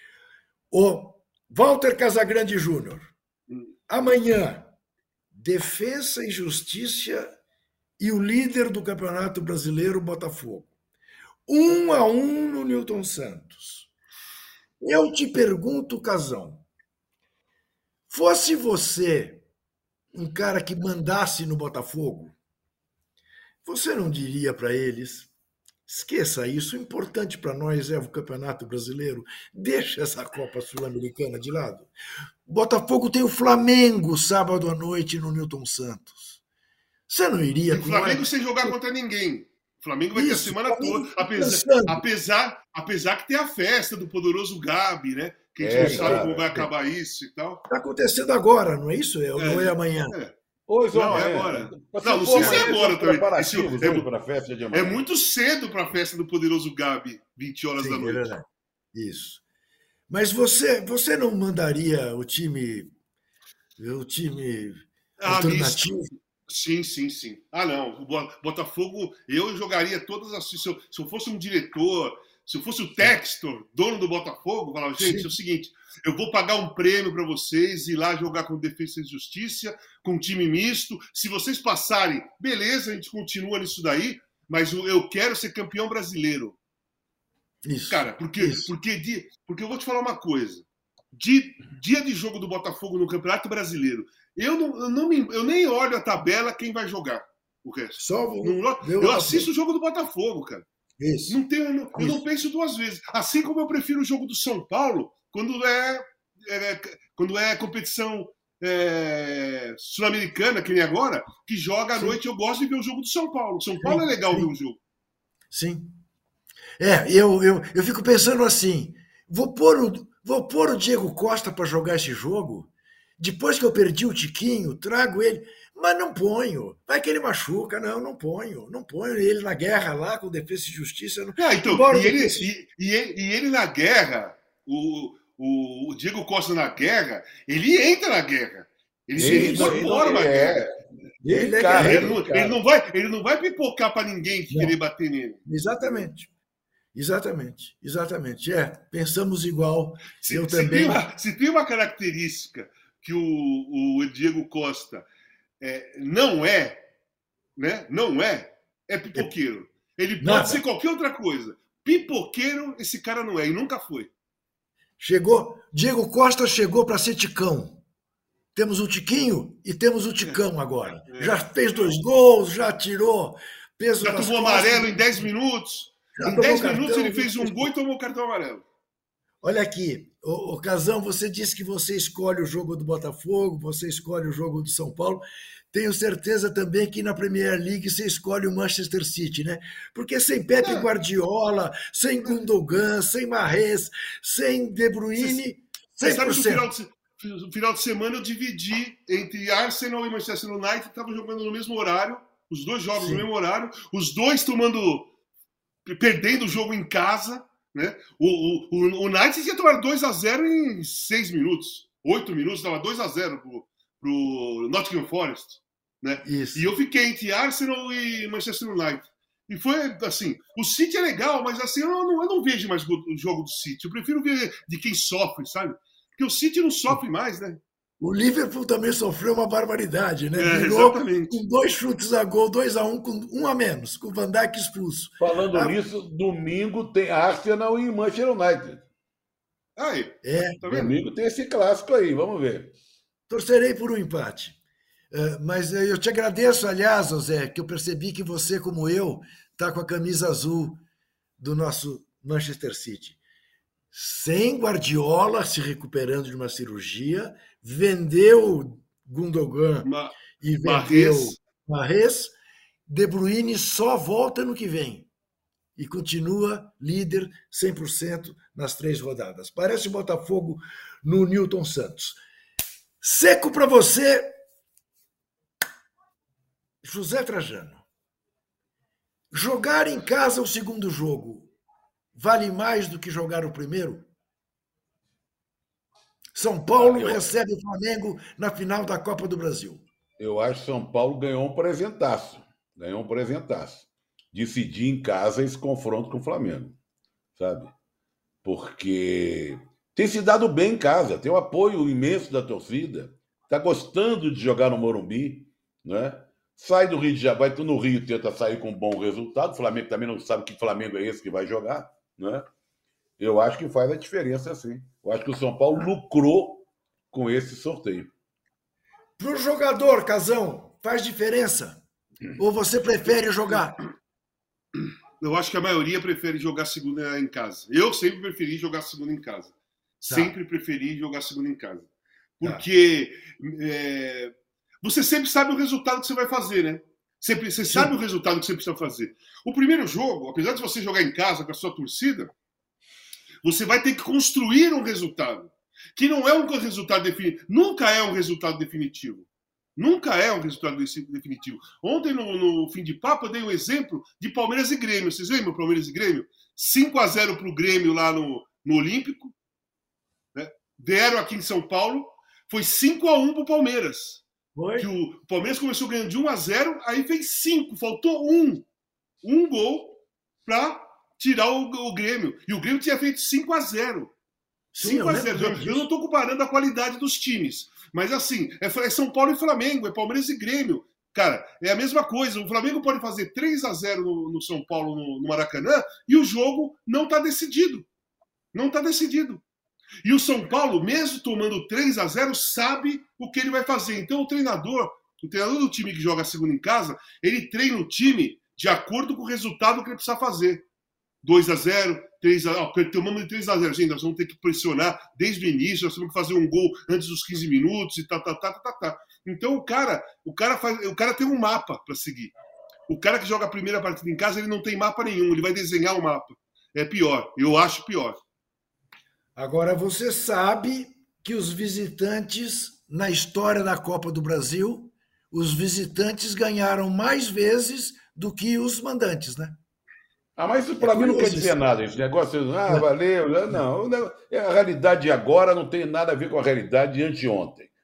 O Walter Casagrande Júnior, amanhã, Defensa e Justiça e o líder do Campeonato Brasileiro, Botafogo. Um a um no Newton Santos. Eu te pergunto, Casão, fosse você um cara que mandasse no Botafogo, você não diria para eles, esqueça isso, o importante para nós é o Campeonato Brasileiro, deixa essa Copa Sul-Americana de lado. O Botafogo tem o Flamengo sábado à noite no Newton Santos. Você não iria... E o Flamengo sem jogar contra ninguém. O Flamengo vai Isso, ter a semana toda. Apesar, apesar, apesar que tem a festa do poderoso Gabi, né? Que a gente é, não sabe como vai acabar isso e tal. Está acontecendo agora, não é isso? É, é. Não é amanhã. É. Hoje não, é agora. Não, não sei se é agora também. Esse, é, festa de amanhã. É muito cedo para a festa do poderoso Gabi, vinte horas Sim, da noite. É verdade. Isso. Mas você, você não mandaria o time, o time ah, alternativo? Misto. Sim, sim, sim. Ah, não. O Botafogo, eu jogaria todas as. Se eu, se eu fosse um diretor, se eu fosse o Textor, dono do Botafogo, eu falava, gente, sim. é o seguinte, eu vou pagar um prêmio para vocês ir lá jogar com Defesa e Justiça, com um time misto. Se vocês passarem, beleza, a gente continua nisso daí, mas eu quero ser campeão brasileiro. Isso. Cara, porque, Isso. Porque, porque eu vou te falar uma coisa. De, dia de jogo do Botafogo no Campeonato Brasileiro, eu, não, eu, não me, eu nem olho a tabela quem vai jogar o resto. Só vou, não, eu, eu assisto o jogo do Botafogo, cara. Isso. Não tenho, eu, não, eu não penso duas vezes. Assim como eu prefiro o jogo do São Paulo quando é, é, quando é competição é, sul-americana, que nem agora, que joga à Sim. noite. Eu gosto de ver o jogo do São Paulo. São Paulo Sim. é legal Sim. ver o jogo. Sim. É, eu, eu, eu fico pensando assim, vou pôr o, vou pôr o Diego Costa para jogar esse jogo? Depois que eu perdi o Tiquinho, trago ele, mas não ponho. Vai que ele machuca, não, não ponho. Não ponho ele na guerra lá com Defesa e Justiça. Não... Ah, então, e, ele, e, e, ele, e ele na guerra, o, o, o Diego Costa na guerra, ele entra na guerra. Ele Ele, se incorpora, é, ele, Ele é cara, guerreiro. Ele não, cara. ele não vai, ele não vai pipocar para ninguém que Não. querer bater nele. Exatamente. Exatamente. Exatamente. É, pensamos igual. Se, Eu se também. Tem uma, se tem uma característica que o, o Diego Costa é, não é, né? Não é, é pipoqueiro. Ele pode Nada. ser qualquer outra coisa. Pipoqueiro, esse cara não é, e nunca foi. Chegou, Diego Costa chegou para ser Ticão. Temos o Tiquinho e temos o Ticão agora. É. Já fez dois gols, já tirou peso Já nas tomou costas. amarelo em dez minutos. Já Em tomou dez cartão, minutos ele não fez um fez gol e tomou cartão amarelo. Olha aqui, o, o Casão, você disse que você escolhe o jogo do Botafogo, você escolhe o jogo do São Paulo. Tenho certeza também que na Premier League você escolhe o Manchester City, né? Porque sem Pepe É. Guardiola, sem Gundogan, sem Mahrez, sem De Bruyne, Você sabe que no cem por final cento. de, no final de semana eu dividi entre Arsenal e Manchester United, que estavam jogando no mesmo horário, os dois jogos Sim. no mesmo horário, os dois tomando, perdendo o jogo em casa, né? O, o, o United tinha tomado dois a zero em seis minutos, oito minutos, estava dois a zero pro, pro Nottingham Forest, né? Isso. E eu fiquei entre Arsenal e Manchester United. E foi assim, o City é legal, mas assim, eu não, eu não vejo mais o jogo do City. Eu prefiro ver de quem sofre, sabe? Porque o City não sofre mais, né? O Liverpool também sofreu uma barbaridade, né? É, Virou exatamente. com dois chutes a gol, dois a um, com um a menos, com o Van Dijk expulso. Falando Ah, nisso, domingo tem Arsenal e Manchester United. Aí, É, tá vendo? Domingo tem esse clássico aí, vamos ver. torcerei por um empate. Uh, mas eu te agradeço, aliás, José, que eu percebi que você, como eu, está com a camisa azul do nosso Manchester City. Sem Guardiola se recuperando de uma cirurgia, vendeu Gundogan Ma e vendeu Mahrez. Mahrez, De Bruyne só volta no que vem e continua líder cem por cento nas três rodadas. Parece o Botafogo no Newton Santos. Seco para você, José Trajano. Jogar em casa o segundo jogo vale mais do que jogar o primeiro? São Paulo Eu- recebe o Flamengo na final da Copa do Brasil. Eu acho que São Paulo ganhou um presentaço. Ganhou um presentaço. Decidir em casa esse confronto com o Flamengo. Sabe? Porque tem se dado bem em casa, tem o apoio imenso da torcida, está gostando de jogar no Morumbi, né? Sai do Rio de Janeiro, vai no Rio, tenta sair com um bom resultado. O Flamengo também não sabe que Flamengo é esse que vai jogar, né? Eu acho que faz a diferença, sim. Eu acho que o São Paulo lucrou com esse sorteio. Para o jogador, Casão, faz diferença? Ou você prefere jogar? Eu acho que a maioria prefere jogar segunda em casa. Eu sempre preferi jogar segunda em casa. Sempre preferi jogar segunda em casa. Porque é, você sempre sabe o resultado que você vai fazer, né? Sempre, você sabe o resultado que você precisa fazer. O primeiro jogo, apesar de você jogar em casa com a sua torcida, você vai ter que construir um resultado. Que não é um resultado definitivo. Nunca é um resultado definitivo. Nunca é um resultado definitivo. Ontem, no, no fim de papo, eu dei um exemplo de Palmeiras e Grêmio. Vocês lembram Palmeiras e Grêmio? cinco a zero para o Grêmio lá no, no Olímpico. Né? Vieram aqui em São Paulo. Foi cinco a um para o Palmeiras. Foi? Que o Palmeiras começou ganhando de um a zero, aí fez cinco. Faltou um. Um gol para tirar o, o Grêmio. E o Grêmio tinha feito cinco a zero. cinco a zero. Eu, eu não estou comparando a qualidade dos times. Mas assim, é, é São Paulo e Flamengo, é Palmeiras e Grêmio. Cara, é a mesma coisa. O Flamengo pode fazer três a zero no, no São Paulo, no, no Maracanã, e o jogo não está decidido. Não está decidido. E o São Paulo, mesmo tomando três a zero, sabe o que ele vai fazer. Então o treinador, o treinador do time que joga a segunda em casa, ele treina o time de acordo com o resultado que ele precisa fazer. dois a zero, três a zero, oh, tomamos de três a zero, gente, nós vamos ter que pressionar desde o início, nós temos que fazer um gol antes dos quinze minutos e tá, tá, tá, tá, tá. Então o cara, o cara, faz, o cara tem um mapa para seguir. O cara que joga a primeira partida em casa, ele não tem mapa nenhum, ele vai desenhar o mapa. É pior, eu acho pior. Agora, você sabe que os visitantes, na história da Copa do Brasil, os visitantes ganharam mais vezes do que os mandantes, né? Ah, mas isso para mim não quer dizer nada. Esse negócio, ah, valeu. Não, a realidade de agora não tem nada a ver com a realidade de anteontem.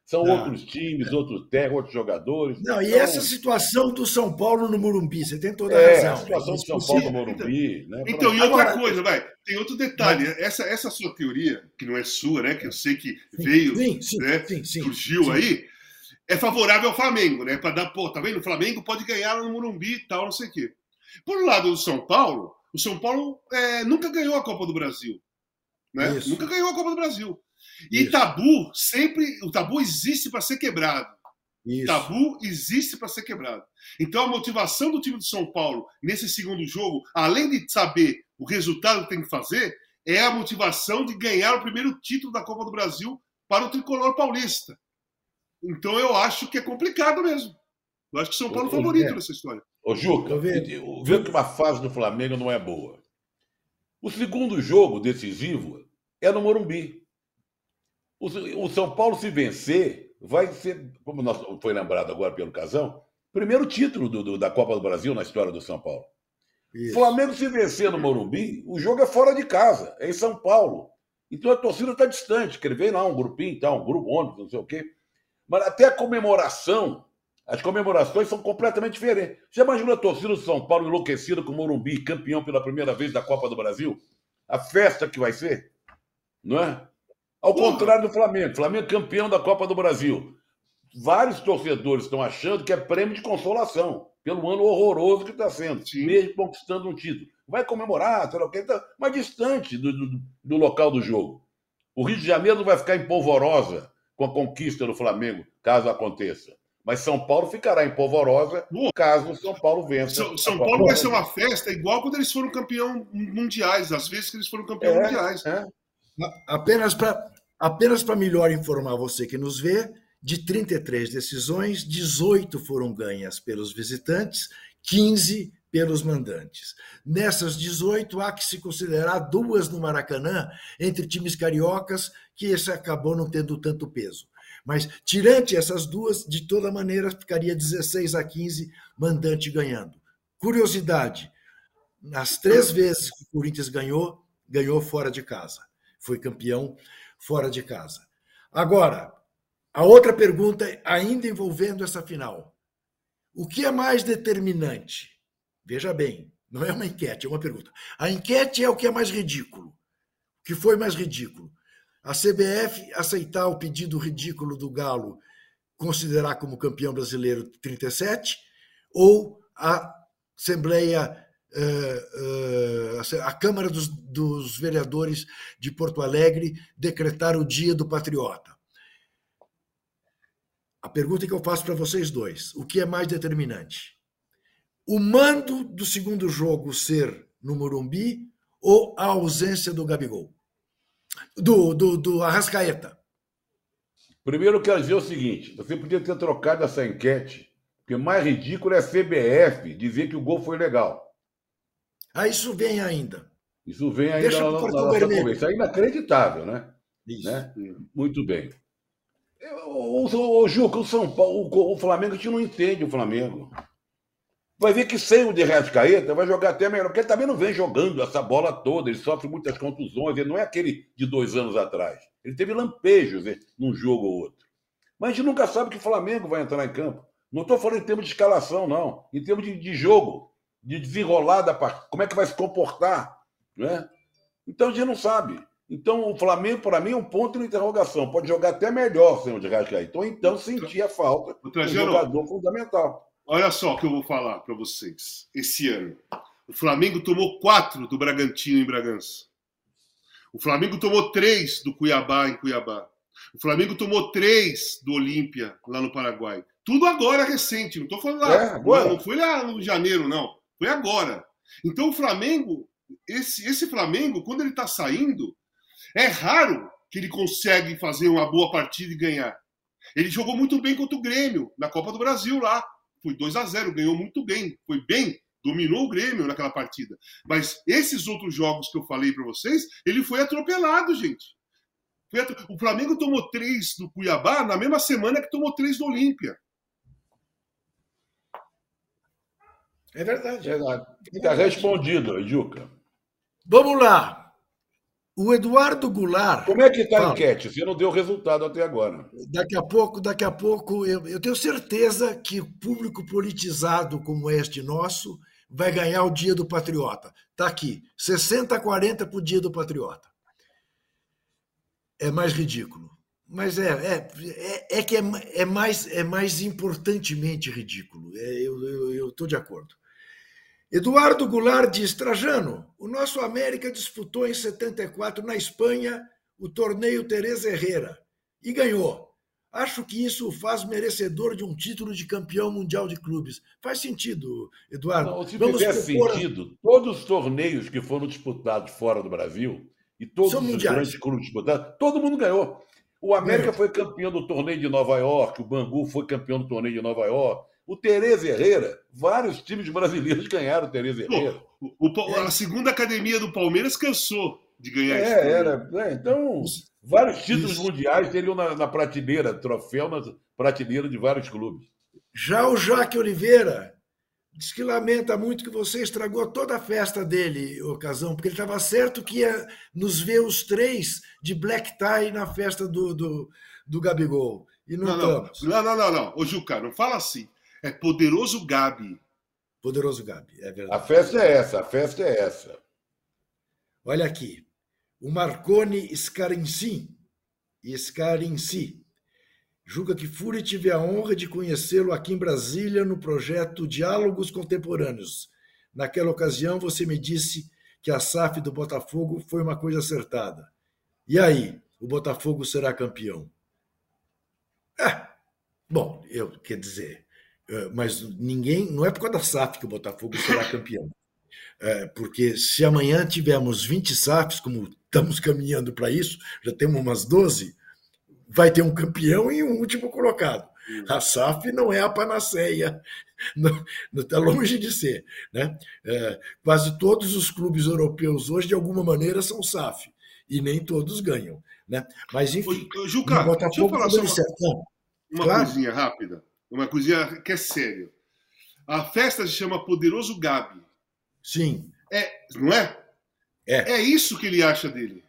São Tá. outros times, outros técnicos, outros jogadores. Não, e Então, essa situação do São Paulo no Morumbi, você tem toda a é, razão. a situação É do São Paulo no impossível. Morumbi, né? Então, Pronto. e outra Agora- coisa, vai, tem outro detalhe. Essa, essa sua teoria, que não é sua, né? Que eu sei que veio, Sim, sim, né? sim, sim, surgiu sim. aí, é favorável ao Flamengo, né? Para dar, pô, tá vendo? O Flamengo pode ganhar no Morumbi e tal, não sei o quê. Por um lado do São Paulo, o São Paulo é, nunca ganhou a Copa do Brasil. Né? Isso. Nunca ganhou a Copa do Brasil. E Isso. tabu sempre. O tabu existe para ser quebrado. Isso. Tabu existe para ser quebrado. Então a motivação do time de São Paulo nesse segundo jogo, além de saber o resultado que tem que fazer, é a motivação de ganhar o primeiro título da Copa do Brasil para o tricolor paulista. Então eu acho que é complicado mesmo. Eu acho que São Paulo é o favorito É. nessa história. Ô, Juca, Tô vendo. vê que uma fase do Flamengo não é boa. O segundo jogo decisivo é no Morumbi. O, o São Paulo, se vencer, vai ser, como nós, foi lembrado agora pelo Casão, primeiro título do, do, da Copa do Brasil na história do São Paulo. Isso. Flamengo, se vencer no Morumbi, o jogo é fora de casa, é em São Paulo. Então a torcida está distante, que ele vem lá, um grupinho, tá, um grupo, ônibus, não sei o quê. Mas até a comemoração, as comemorações são completamente diferentes. Já imaginou a torcida do São Paulo enlouquecida com o Morumbi, campeão pela primeira vez da Copa do Brasil? A festa que vai ser, não é? Ao contrário do Flamengo. Flamengo campeão da Copa do Brasil. Vários torcedores estão achando que é prêmio de consolação pelo ano horroroso que está sendo, Sim. mesmo conquistando um título. Vai comemorar, sei lá o que, tá mais distante do, do, do local do jogo. O Rio de Janeiro não vai ficar em polvorosa com a conquista do Flamengo, caso aconteça. Mas São Paulo ficará em polvorosa caso o São Paulo vença. São, São Paulo vai ser uma festa igual quando eles foram campeão mundiais, às vezes que eles foram campeão é, mundiais. É. Apenas para apenas para melhor informar você que nos vê, de trinta e três decisões, dezoito foram ganhas pelos visitantes, quinze pelos mandantes. Nessas dezoito, há que se considerar duas no Maracanã, entre times cariocas, que esse acabou não tendo tanto peso. Mas, tirante essas duas, de toda maneira, ficaria dezesseis a quinze, mandante ganhando. Curiosidade, nas três vezes que o Corinthians ganhou, ganhou fora de casa. Foi campeão fora de casa. Agora, a outra pergunta, ainda envolvendo essa final. O que é mais determinante? Veja bem, não é uma enquete, é uma pergunta. A enquete é o que é mais ridículo. O que foi mais ridículo? A C B F aceitar o pedido ridículo do Galo, considerar como campeão brasileiro trinta e sete, ou a Assembleia, a Câmara dos, dos Vereadores de Porto Alegre decretar o Dia do Patriota? A pergunta que eu faço para vocês dois, o que é mais determinante? O mando do segundo jogo ser no Morumbi ou a ausência do Gabigol? Do, do, do Arrascaeta? Primeiro eu quero dizer o seguinte, você podia ter trocado essa enquete, porque mais ridículo é a C B F dizer que o gol foi legal. Ah, isso vem ainda. Isso vem ainda Deixa na, pro na cartão nossa vermelho. conversa. É inacreditável, né? Isso. né? Muito bem. O, o, o Juca, o São Paulo, o, o Flamengo, a gente não entende o Flamengo. Vai ver que sem o de Arrascaeta vai jogar até melhor, porque ele também não vem jogando essa bola toda, ele sofre muitas contusões, ele não é aquele de dois anos atrás. Ele teve lampejos, né, num jogo ou outro. Mas a gente nunca sabe que o Flamengo vai entrar em campo. Não estou falando em termos de escalação, não. Em termos de, de jogo, de desenrolar da partida, como é que vai se comportar. Né? Então a gente não sabe. Então o Flamengo, para mim, é um ponto de interrogação. Pode jogar até melhor sem o de Arrascaeta. Ou então sentir a falta do jogador fundamental. Olha só o que eu vou falar para vocês. Esse ano, o Flamengo tomou quatro do Bragantino em Bragança. O Flamengo tomou três do Cuiabá em Cuiabá. O Flamengo tomou três do Olímpia lá no Paraguai. Tudo agora recente, não estou falando lá. É, agora. Não, não foi lá no janeiro, não. Foi agora. Então o Flamengo, esse, esse Flamengo, quando ele está saindo, é raro que ele consegue fazer uma boa partida e ganhar. Ele jogou muito bem contra o Grêmio, na Copa do Brasil lá. Foi dois a zero, ganhou muito bem. Foi bem, dominou o Grêmio naquela partida. Mas esses outros jogos que eu falei para vocês, ele foi atropelado, gente. Foi atro... O Flamengo tomou três do Cuiabá na mesma semana que tomou três do Olímpia. É verdade. Está respondido, Juca. Vamos lá. O Eduardo Goulart. Como é que está a fala, enquete? Você não deu resultado até agora. daqui a pouco, daqui a pouco, eu, eu tenho certeza que o público politizado como este nosso vai ganhar o Dia do Patriota. Está aqui, sessenta a quarenta para o Dia do Patriota. É mais ridículo. Mas é, é, é, é que é, é, mais, é mais importantemente ridículo. É, eu estou de acordo. Eduardo Goulart diz, Trajano, o nosso América disputou em setenta e quatro na Espanha o torneio Teresa Herrera e ganhou. Acho que isso o faz merecedor de um título de campeão mundial de clubes. Faz sentido, Eduardo. Não, se Vamos fizer propor... sentido, todos os torneios que foram disputados fora do Brasil e todos São os mundiais. grandes clubes disputados, todo mundo ganhou. O América É. foi campeão do torneio de Nova York, o Bangu foi campeão do torneio de Nova York, o Teresa Herrera, vários times brasileiros ganharam o Teresa Herrera. Pô, o, o, a segunda academia do Palmeiras cansou de ganhar esse É, era. É, então, vários títulos Isso. mundiais teriam na, na prateleira, troféu na prateleira de vários clubes. Já o Jaque Oliveira diz que lamenta muito que você estragou toda a festa dele, Ocasão, porque ele estava certo que ia nos ver os três de black tie na festa do, do, do Gabigol. E não, Não, estamos. não, não, não, não. Ô, Juca, não fala assim. É poderoso Gabi. Poderoso Gabi, é A verdade. festa é essa, a festa é essa. Olha aqui. O Marconi Scarinci, Scarinci julga que Fury tive a honra de conhecê-lo aqui em Brasília no projeto Diálogos Contemporâneos. Naquela ocasião, você me disse que a S A F do Botafogo foi uma coisa acertada. E aí, o Botafogo será campeão? Ah, bom, eu quer dizer, mas ninguém, não é por causa da S A F que o Botafogo será campeão. É, porque se amanhã tivermos vinte S A Fs, como estamos caminhando para isso, já temos umas doze, vai ter um campeão e um último colocado. A S A F não é a panaceia, está longe de ser. Né? É, quase todos os clubes europeus hoje, de alguma maneira, são S A F, e nem todos ganham. Né? Mas, enfim, Ô, Juca, no deixa eu Botafogo falar só poderia ser. uma, uma Claro. coisinha rápida, uma coisinha que é séria. A festa se chama Poderoso Gabi. Sim, É, não é? é. É isso que ele acha dele.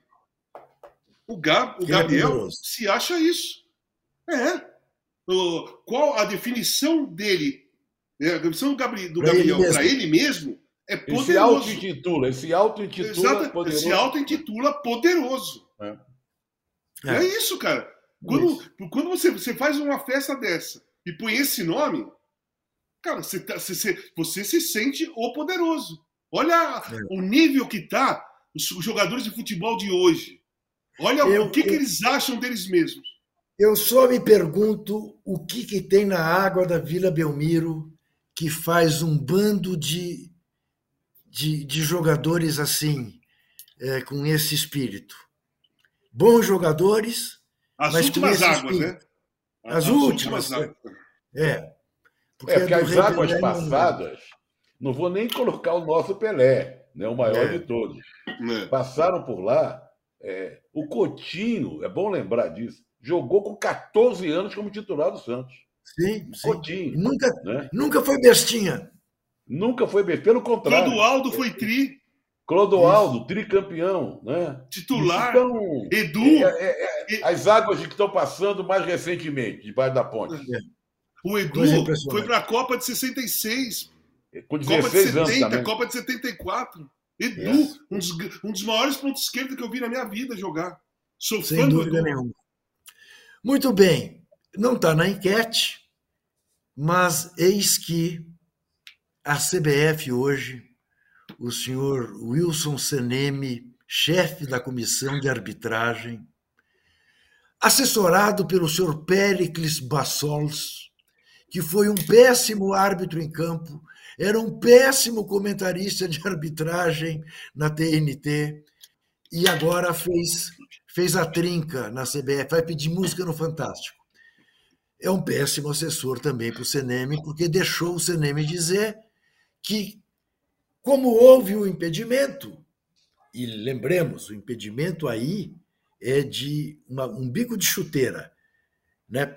O, Gab, o Ele é Gabriel poderoso. se acha isso. É. O, qual a definição dele? né, A definição do, Gabri, do Pra ele Gabriel mesmo. para ele mesmo é Ele se poderoso. auto-intitula, ele se auto-intitula Exato, poderoso. se auto-intitula poderoso. É. É. é isso, cara. Quando, quando você, você faz uma festa dessa e põe esse nome, cara, você, tá, você, você se sente o poderoso. Olha É. o nível que tá os, os jogadores de futebol de hoje. Olha Eu- o que, que eu- eles acham deles mesmos. Eu só me pergunto o que, que tem na água da Vila Belmiro que faz um bando de, de, de jogadores assim, é, com esse espírito. Bons jogadores, As mas com últimas esse águas, né? espírito. As últimas, águas. É. É, porque a as do Rei águas Pelé não- passadas, não vou nem colocar o nosso Pelé, né, o maior É. de todos. Né? Passaram por lá. é, o Coutinho, é bom lembrar disso, jogou com catorze anos como titular do Santos. Sim, sim. Coutinho, Nunca, né? nunca foi bestinha. Nunca foi bem, pelo contrário. Clodoaldo foi tri, Clodoaldo, tricampeão, né? titular. Então, Edu, é, é, é, as águas que estão passando mais recentemente, debaixo da ponte. o Edu coisa impressionante. foi para a Copa de sessenta e seis, Com Copa de dezesseis anos setenta, também. Copa de setenta e quatro. Edu, Yes. um, dos, um dos maiores pontos esquerda que eu vi na minha vida jogar. Sou Sem fã do dúvida Edu. nenhuma. Muito bem. Não está na enquete, mas eis que a C B F hoje, o senhor Wilson Seneme, chefe da comissão de arbitragem, assessorado pelo senhor Péricles Bassols, que foi um péssimo árbitro em campo, era um péssimo comentarista de arbitragem na T N T, e agora fez, fez a trinca na C B F, vai pedir música no Fantástico. É um péssimo assessor também para o Seneme, porque deixou o Seneme dizer que, como houve o impedimento, e lembremos, o impedimento aí é de uma, um bico de chuteira, né?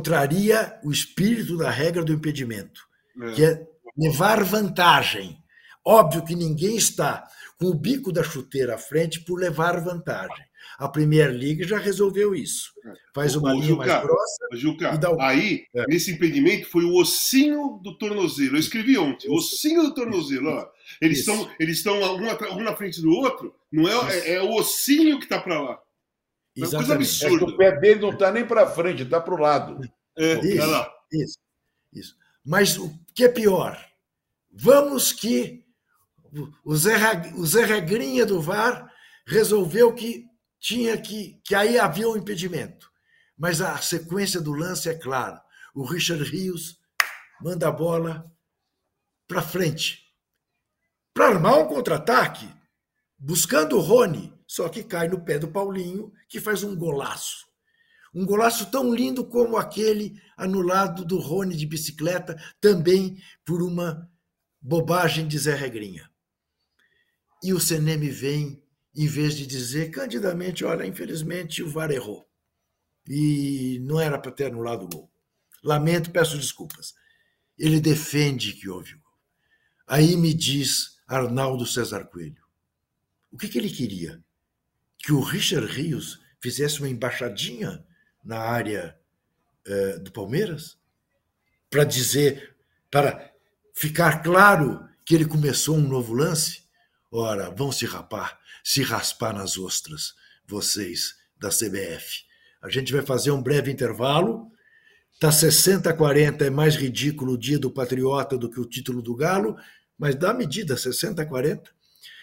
Contraria o espírito da regra do impedimento, É. que é levar vantagem. Óbvio que ninguém está com o bico da chuteira à frente por levar vantagem. A Premier League já resolveu isso. Faz uma Ô, linha Juca, mais grossa Juca, e dá o... aí, É. nesse impedimento, foi o ossinho do tornozelo. Eu escrevi ontem, o ossinho do tornozelo. Ó. Eles Isso. estão eles estão um, um na frente do outro, não é, é, é o ossinho que está para lá. É uma coisa Exatamente. É que absurda. o pé dele não está nem para frente, está para o lado. É, olha Isso, lá. isso, isso. Mas o que é pior? Vamos que o Zé, Reg- o Zé Regrinha do V A R resolveu que tinha que, que aí havia um impedimento. Mas a sequência do lance é clara. O Richard Rios manda a bola para frente. Para armar um contra-ataque, buscando o Rony, só que cai no pé do Paulinho, que faz um golaço. Um golaço tão lindo como aquele anulado do Rony de bicicleta, também por uma bobagem de Zé Regrinha. E o C N M vem, em vez de dizer candidamente, olha, infelizmente o V A R errou. E não era para ter anulado o gol. Lamento, peço desculpas. Ele defende que houve o gol. Aí me diz Arnaldo César Coelho. O que, que ele queria? Que o Richard Rios fizesse uma embaixadinha na área eh, do Palmeiras? Para dizer, para ficar claro que ele começou um novo lance? Ora, vão se rapar, se raspar nas ostras, vocês da C B F. A gente vai fazer um breve intervalo. Está sessenta a quarenta, é mais ridículo o dia do Patriota do que o título do Galo, mas dá a medida, sessenta a quarenta.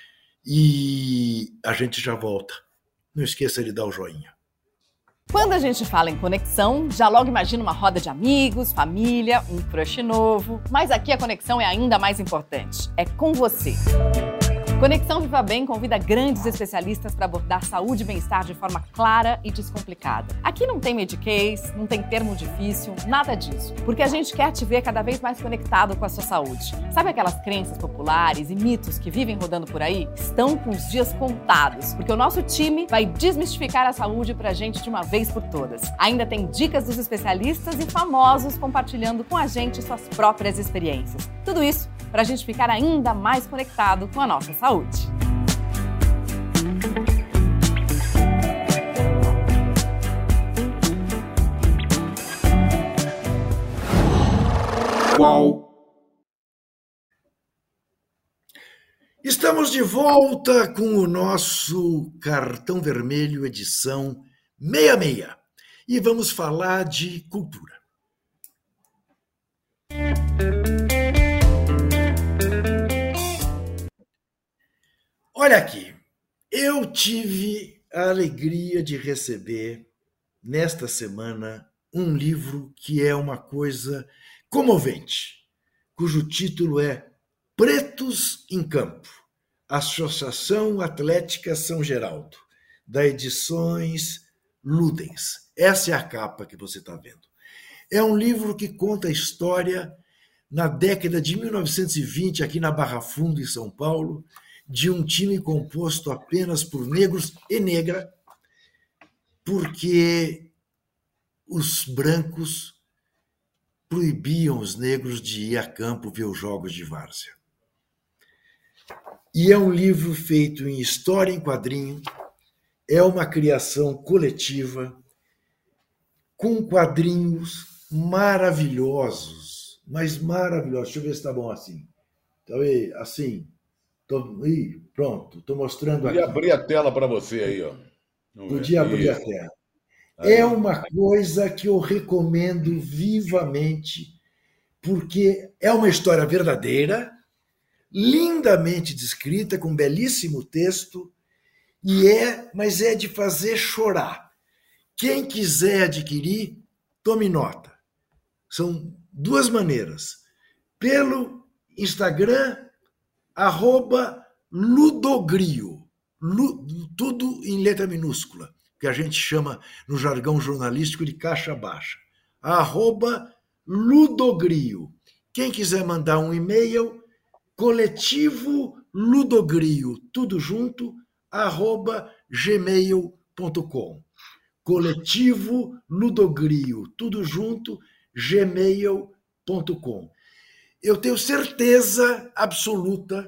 E a gente já volta. Não esqueça de dar o joinha. Quando a gente fala em conexão, já logo imagina uma roda de amigos, família, um crush novo. Mas aqui a conexão é ainda mais importante. É com você. Conexão Viva Bem convida grandes especialistas para abordar saúde e bem-estar de forma clara e descomplicada. Aqui não tem mediquês, não tem termo difícil, nada disso. Porque a gente quer te ver cada vez mais conectado com a sua saúde. Sabe aquelas crenças populares e mitos que vivem rodando por aí? Estão com os dias contados, porque o nosso time vai desmistificar a saúde pra gente de uma vez por todas. Ainda tem dicas dos especialistas e famosos compartilhando com a gente suas próprias experiências. Tudo isso para a gente ficar ainda mais conectado com a nossa saúde. Qual? Estamos de volta com o nosso Cartão Vermelho, edição sessenta e seis. E vamos falar de cultura. Olha aqui, eu tive a alegria de receber nesta semana um livro que é uma coisa comovente, cujo título é Pretos em Campo, Associação Atlética São Geraldo, da Edições Ludens. Essa é a capa que você está vendo. É um livro que conta a história, na década de mil novecentos e vinte, aqui na Barra Funda, em São Paulo, de um time composto apenas por negros e negra, porque os brancos proibiam os negros de ir a campo ver os jogos de várzea. E é um livro feito em história em quadrinho, é uma criação coletiva, com quadrinhos maravilhosos, mas maravilhosos. Deixa eu ver se está bom assim. Então, assim... Tô, ih, pronto, estou mostrando aqui. Podia abrir a tela para você aí, ó. Podia abrir a tela. É uma coisa que eu recomendo vivamente, porque é uma história verdadeira, lindamente descrita, com um belíssimo texto, e é, mas é de fazer chorar. Quem quiser adquirir, tome nota. São duas maneiras. Pelo Instagram, arroba Ludogrio, Lu, tudo em letra minúscula, que a gente chama no jargão jornalístico de caixa baixa. Arroba Ludogrio. Quem quiser mandar um e-mail, coletivo Ludogrio, tudo junto, arroba gmail ponto com. Coletivo Ludogrio, tudo junto, gmail ponto com. Eu tenho certeza absoluta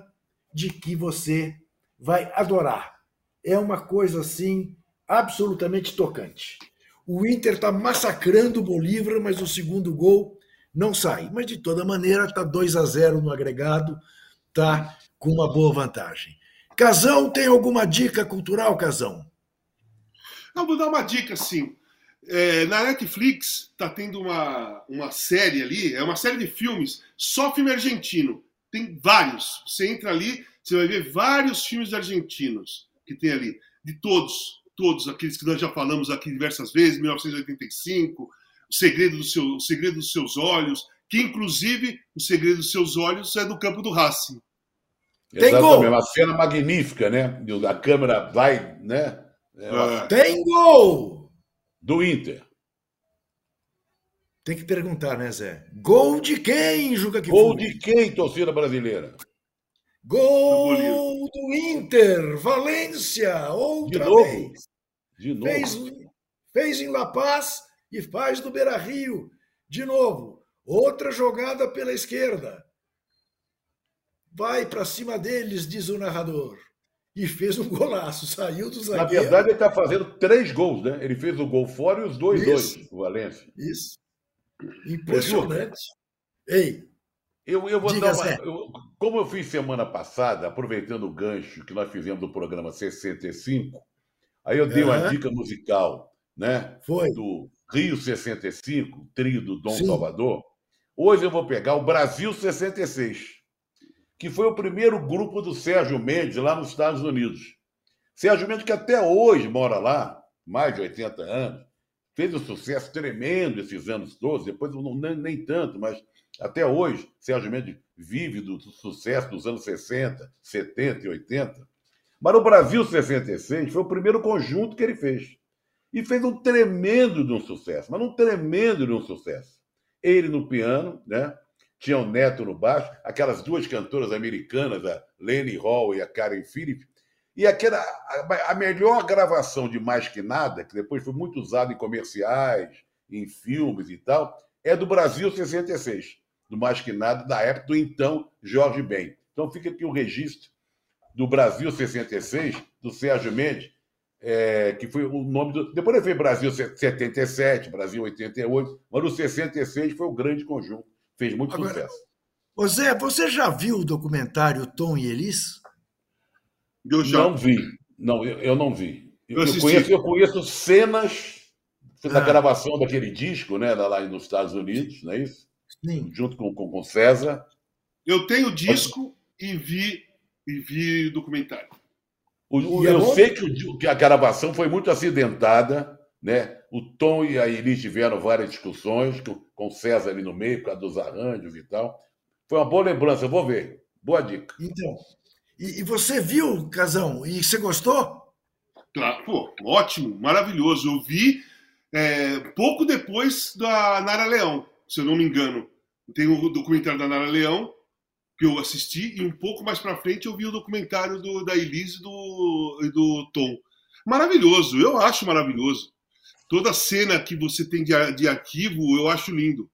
de que você vai adorar. É uma coisa assim absolutamente tocante. O Inter está massacrando o Bolívar, mas o segundo gol não sai. Mas, de toda maneira, está dois a zero no agregado, está com uma boa vantagem. Casão, tem alguma dica cultural, Casão? Eu vou dar uma dica, sim. É, na Netflix está tendo uma, uma série ali, é uma série de filmes, só filme argentino. Tem vários. Você entra ali, você vai ver vários filmes argentinos que tem ali. De todos, todos aqueles que nós já falamos aqui diversas vezes, mil novecentos e oitenta e cinco, O Segredo, do seu, o Segredo dos Seus Olhos, que inclusive O Segredo dos Seus Olhos é do campo do Racing. Tem gol! É uma cena magnífica, né? A câmera vai, né? É uma... Tem gol! Do Inter. Tem que perguntar, né, Zé? Gol de quem, Juca Kfouri? Gol de quem, torcida brasileira? Gol do Inter! Valência! Outra de novo? vez! De novo? Fez, fez em La Paz e faz no Beira-Rio. De novo. Outra jogada pela esquerda. Vai para cima deles, diz o narrador. E fez um golaço. Saiu do zagueiro. Na verdade, ele está fazendo três gols, né? Ele fez o gol fora e os dois, Isso. dois, o Valência. Isso. Impressionante. Ei. Eu, eu vou Diga, dar uma. Zé. Eu, como eu fiz semana passada, aproveitando o gancho que nós fizemos do programa sessenta e cinco, aí eu dei uma Aham. dica musical, né? Foi. Do Rio sessenta e cinco, trio do Dom Sim. Salvador. Hoje eu vou pegar o Brasil sessenta e seis, que foi o primeiro grupo do Sérgio Mendes lá nos Estados Unidos. Sérgio Mendes, que até hoje mora lá, mais de oitenta anos, fez um sucesso tremendo esses anos todos, depois não, nem, nem tanto, mas até hoje, Sérgio Mendes vive do, do sucesso dos anos sessenta, setenta e oitenta. Mas o Brasil sessenta e seis foi o primeiro conjunto que ele fez. E fez um tremendo de um sucesso, mas um tremendo de um sucesso. Ele no piano, né? Tinha o Neto no baixo, aquelas duas cantoras americanas, a Lenny Hall e a Karen Phillips, e aquela, a, a melhor gravação de Mais Que Nada, que depois foi muito usada em comerciais, em filmes e tal, é do Brasil sessenta e seis, do Mais Que Nada, da época do então Jorge Ben. Então fica aqui o registro do Brasil sessenta e seis, do Sérgio Mendes, é, que foi o nome do... Depois ele fez Brasil setenta e sete, Brasil oitenta e oito, mas o sessenta e seis foi o grande conjunto. Fez muito Agora, sucesso. Ô Zé, você já viu o documentário Tom e Elis? Eu já. Não vi. Não, eu, eu não vi. Eu, Eu eu, assisti. conheço, eu conheço cenas da Ah. gravação daquele disco, né? Lá nos Estados Unidos, não é isso? Sim. Junto com, com, com César. Eu tenho disco e vi, e vi o documentário. O, o, E é eu bom? sei que, o, que a gravação foi muito acidentada, né? O Tom e a Elis tiveram várias discussões, com, com o César ali no meio, por causa dos arranjos e tal. Foi uma boa lembrança, eu vou ver. Boa dica. Então, e, e você viu, Casão, e você gostou? Claro, pô, ótimo, maravilhoso. Eu vi é, pouco depois da Nara Leão, se eu não me engano. Tem o documentário da Nara Leão, que eu assisti, e um pouco mais pra frente eu vi o documentário do, da Elis e do, e do Tom. Maravilhoso, eu acho maravilhoso. Toda cena que você tem de, de arquivo, eu acho lindo.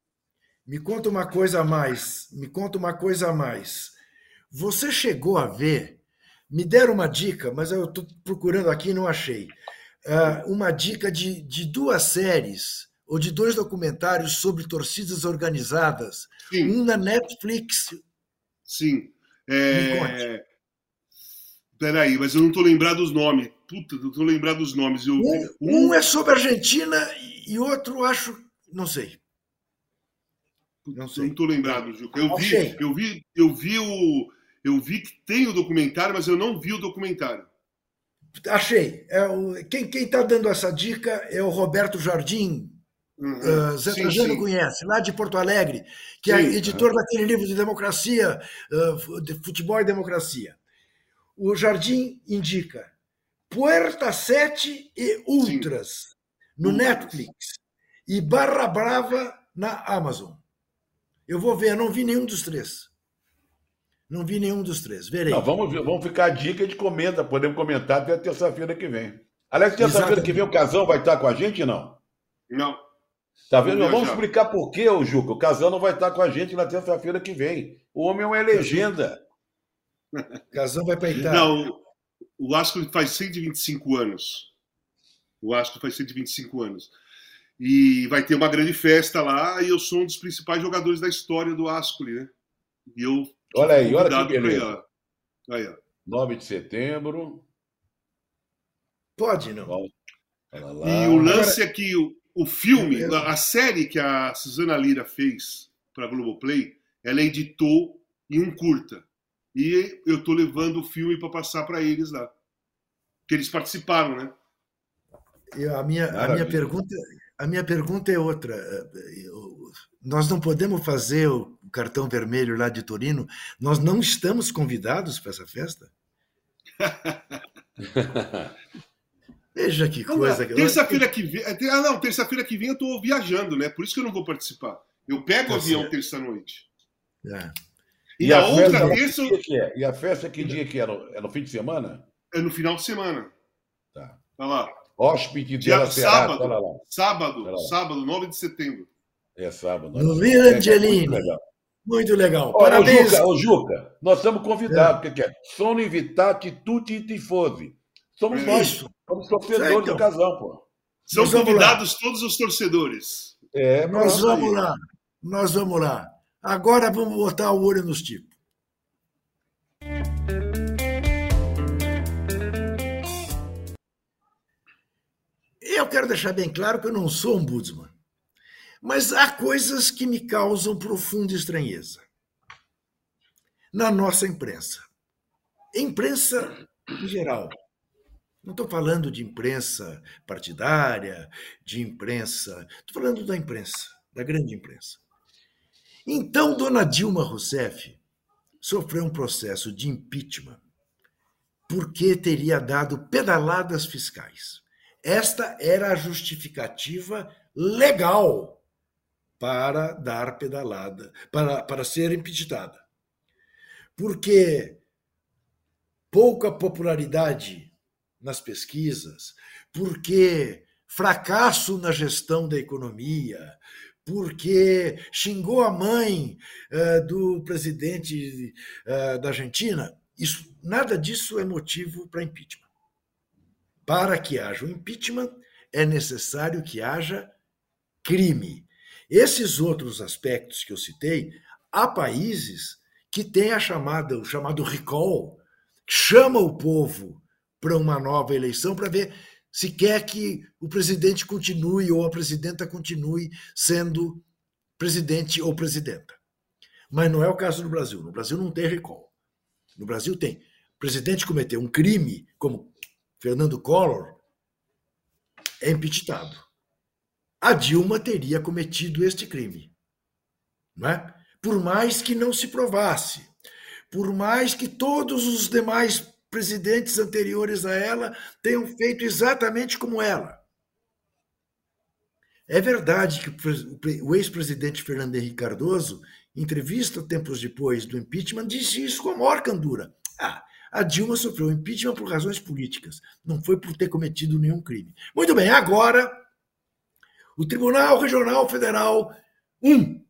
Me conta uma coisa a mais. Me conta uma coisa a mais. Você chegou a ver? Me deram uma dica, mas eu estou procurando aqui e não achei. Uh, uma dica de, de duas séries ou de dois documentários sobre torcidas organizadas. Sim. Um na Netflix. Sim. Me É... conte. Peraí, mas eu não tô lembrado dos nomes. Puta, não tô lembrado dos nomes. Eu... Um, um é sobre a Argentina e outro, acho, não sei. Não sei. Não tô lembrado, Juca. Eu vi, Achei. eu vi, eu vi o, eu vi que tem o documentário, mas eu não vi o documentário. Achei. É o, quem quem está dando essa dica é o Roberto Jardim. Uhum. Uh, Zé Sim, Trajano sim. conhece, lá de Porto Alegre, que Sim, é editor daquele livro de democracia, uh, de futebol e democracia. O Jardim indica Puerta sete e Ultras no Ultras. Netflix e Barra Brava na Amazon. Eu vou ver, eu não vi nenhum dos três. Não vi nenhum dos três, verei. Não, vamos, ver, vamos ficar a dica de comenta, podemos comentar até terça-feira que vem. Aliás, terça-feira Exatamente. que vem o Casão vai estar com a gente, não? Não. Tá vendo? Vou Vamos viajar. explicar por quê, ô Juca. O Casão não vai estar com a gente na terça-feira que vem. O homem é uma legenda. Casão vai para Itália. Não, o Ascoli faz cento e vinte e cinco anos. O Ascoli faz cento e vinte e cinco anos. E vai ter uma grande festa lá, e eu sou um dos principais jogadores da história do Ascoli, né? E eu olha aí, olha que beleza. Aí, ó. nove de setembro. Pode, não. Olha lá. E o lance é que o, o filme, a série que a Suzana Lira fez para a Globoplay, ela editou em um curta. E eu tô levando o filme para passar para eles lá. Que eles participaram, né? Eu, a, minha, a, minha pergunta, a minha pergunta é outra. Eu, nós não podemos fazer o cartão vermelho lá de Torino? Nós não estamos convidados para essa festa? Veja que coisa. Terça-feira que vem. Ah, não, terça-feira que vem eu estou viajando, né? Por isso que eu não vou participar. Eu pego o avião terça-noite. É. E, e a, a outra festa, terça. Que que é? E a festa que dia que é? No, é no fim de semana? É no final de semana. Tá. Tá lá. Hóspede Dia della Serata. sábado, Olha lá. sábado, Olha lá. sábado, nove de setembro. É sábado. No Vila Angelini. Muito legal. Muito legal. Ô, Parabéns. Ô, Juca, ô, Juca, nós estamos convidados. O é. que, que é? Sono invitati tutti i tifosi. Somos É nós. Isso. Somos torcedores Certo. do Casão, pô. São Nós vamos convidados todos os torcedores. É, Nós pronto vamos aí. lá. Nós vamos lá. Agora vamos botar o olho nos tipos. Eu quero deixar bem claro que eu não sou ombudsman, mas há coisas que me causam profunda estranheza. Na nossa imprensa. Imprensa em geral. Não estou falando de imprensa partidária, de imprensa... Estou falando da imprensa, da grande imprensa. Então, dona Dilma Rousseff sofreu um processo de impeachment porque teria dado pedaladas fiscais. Esta era a justificativa legal para dar pedalada, para, para ser impeachmentada. Porque pouca popularidade nas pesquisas, porque fracasso na gestão da economia, porque xingou a mãe uh, do presidente uh, da Argentina, isso, nada disso é motivo para impeachment. Para que haja um impeachment, é necessário que haja crime. Esses outros aspectos que eu citei, há países que têm a chamada, o chamado recall, que chama o povo para uma nova eleição para ver se quer que o presidente continue ou a presidenta continue sendo presidente ou presidenta. Mas não é o caso no Brasil. No Brasil não tem recall. No Brasil tem. O presidente cometeu um crime, como Fernando Collor, é impeachmentado. A Dilma teria cometido este crime. Não é? Por mais que não se provasse, por mais que todos os demais presidentes anteriores a ela tenham feito exatamente como ela. É verdade que o ex-presidente Fernando Henrique Cardoso, em entrevista tempos depois do impeachment, disse isso com a maior candura. Ah, a Dilma sofreu impeachment por razões políticas, não foi por ter cometido nenhum crime. Muito bem, agora o Tribunal Regional Federal um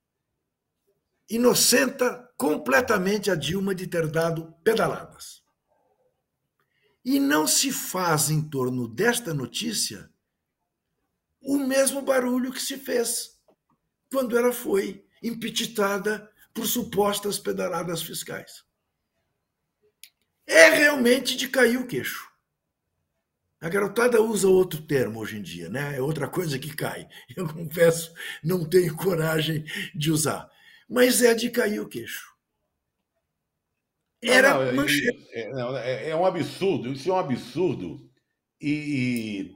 inocenta completamente a Dilma de ter dado pedaladas. E não se faz em torno desta notícia o mesmo barulho que se fez quando ela foi impeachmentada por supostas pedaladas fiscais. É realmente de cair o queixo. A garotada usa outro termo hoje em dia, né? É outra coisa que cai. Eu confesso, não tenho coragem de usar. Mas é de cair o queixo. Era não, não, é, não, é, é um absurdo, isso é um absurdo. E,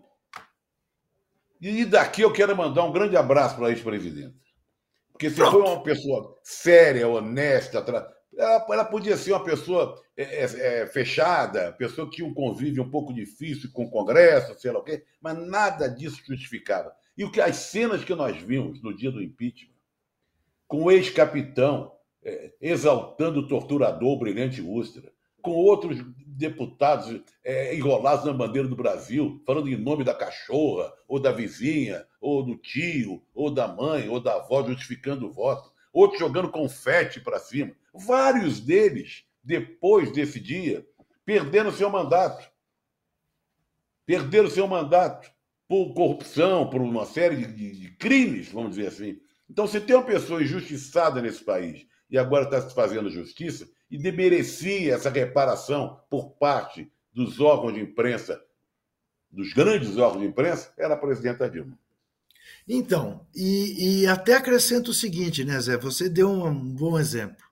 e daqui eu quero mandar um grande abraço para a ex-presidenta. Porque se Pronto. foi uma pessoa séria, honesta, ela, ela podia ser uma pessoa é, é, fechada, pessoa que tinha um convívio um pouco difícil com o Congresso, sei lá o quê, mas nada disso justificava. E o que as cenas que nós vimos no dia do impeachment, com o ex-capitão é, exaltando o torturador Brilhante Ustra, com outros deputados é, enrolados na bandeira do Brasil, falando em nome da cachorra, ou da vizinha, ou do tio, ou da mãe, ou da avó, justificando o voto, outros jogando confete para cima. Vários deles depois desse dia, perderam o seu mandato. Perderam o seu mandato por corrupção, por uma série de, de, de crimes, vamos dizer assim. Então, se tem uma pessoa injustiçada nesse país e agora está se fazendo justiça e demerecia essa reparação por parte dos órgãos de imprensa, dos grandes órgãos de imprensa, era a presidenta Dilma. Então, e, e até acrescento o seguinte, né, Zé? Você deu um bom exemplo.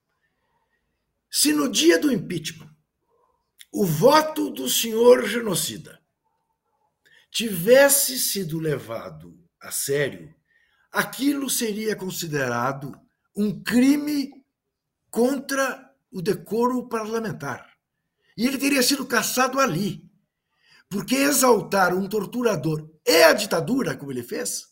Se no dia do impeachment o voto do senhor genocida tivesse sido levado a sério, aquilo seria considerado um crime contra o decoro parlamentar. E ele teria sido caçado ali. Porque exaltar um torturador e a ditadura, como ele fez,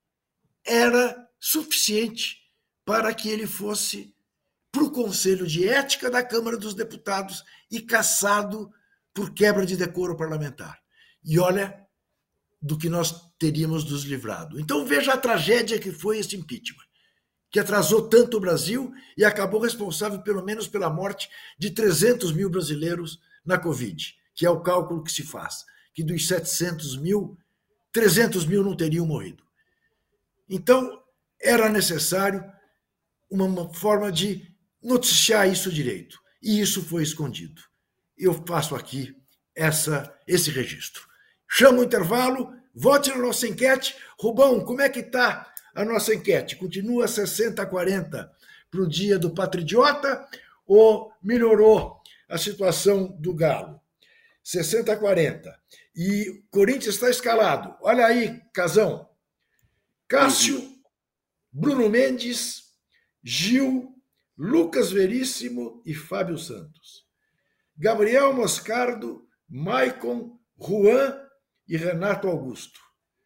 era suficiente para que ele fosse para o Conselho de Ética da Câmara dos Deputados e caçado por quebra de decoro parlamentar. E olha do que nós teríamos nos livrado. Então veja a tragédia que foi esse impeachment, que atrasou tanto o Brasil e acabou responsável pelo menos pela morte de trezentos mil brasileiros na Covid, que é o cálculo que se faz, que dos setecentos mil, trezentos mil não teriam morrido. Então, era necessário uma, uma forma de noticiar isso direito. E isso foi escondido. Eu faço aqui essa, esse registro. Chamo o intervalo, vote na nossa enquete. Rubão, como é que está a nossa enquete? Continua sessenta a quarenta para o dia do Patriota ou melhorou a situação do Galo? sessenta a quarenta. E Corinthians está escalado. Olha aí, Casão. Cássio, Bruno Mendes, Gil, Lucas Veríssimo e Fábio Santos. Gabriel Moscardo, Maicon, Juan e Renato Augusto.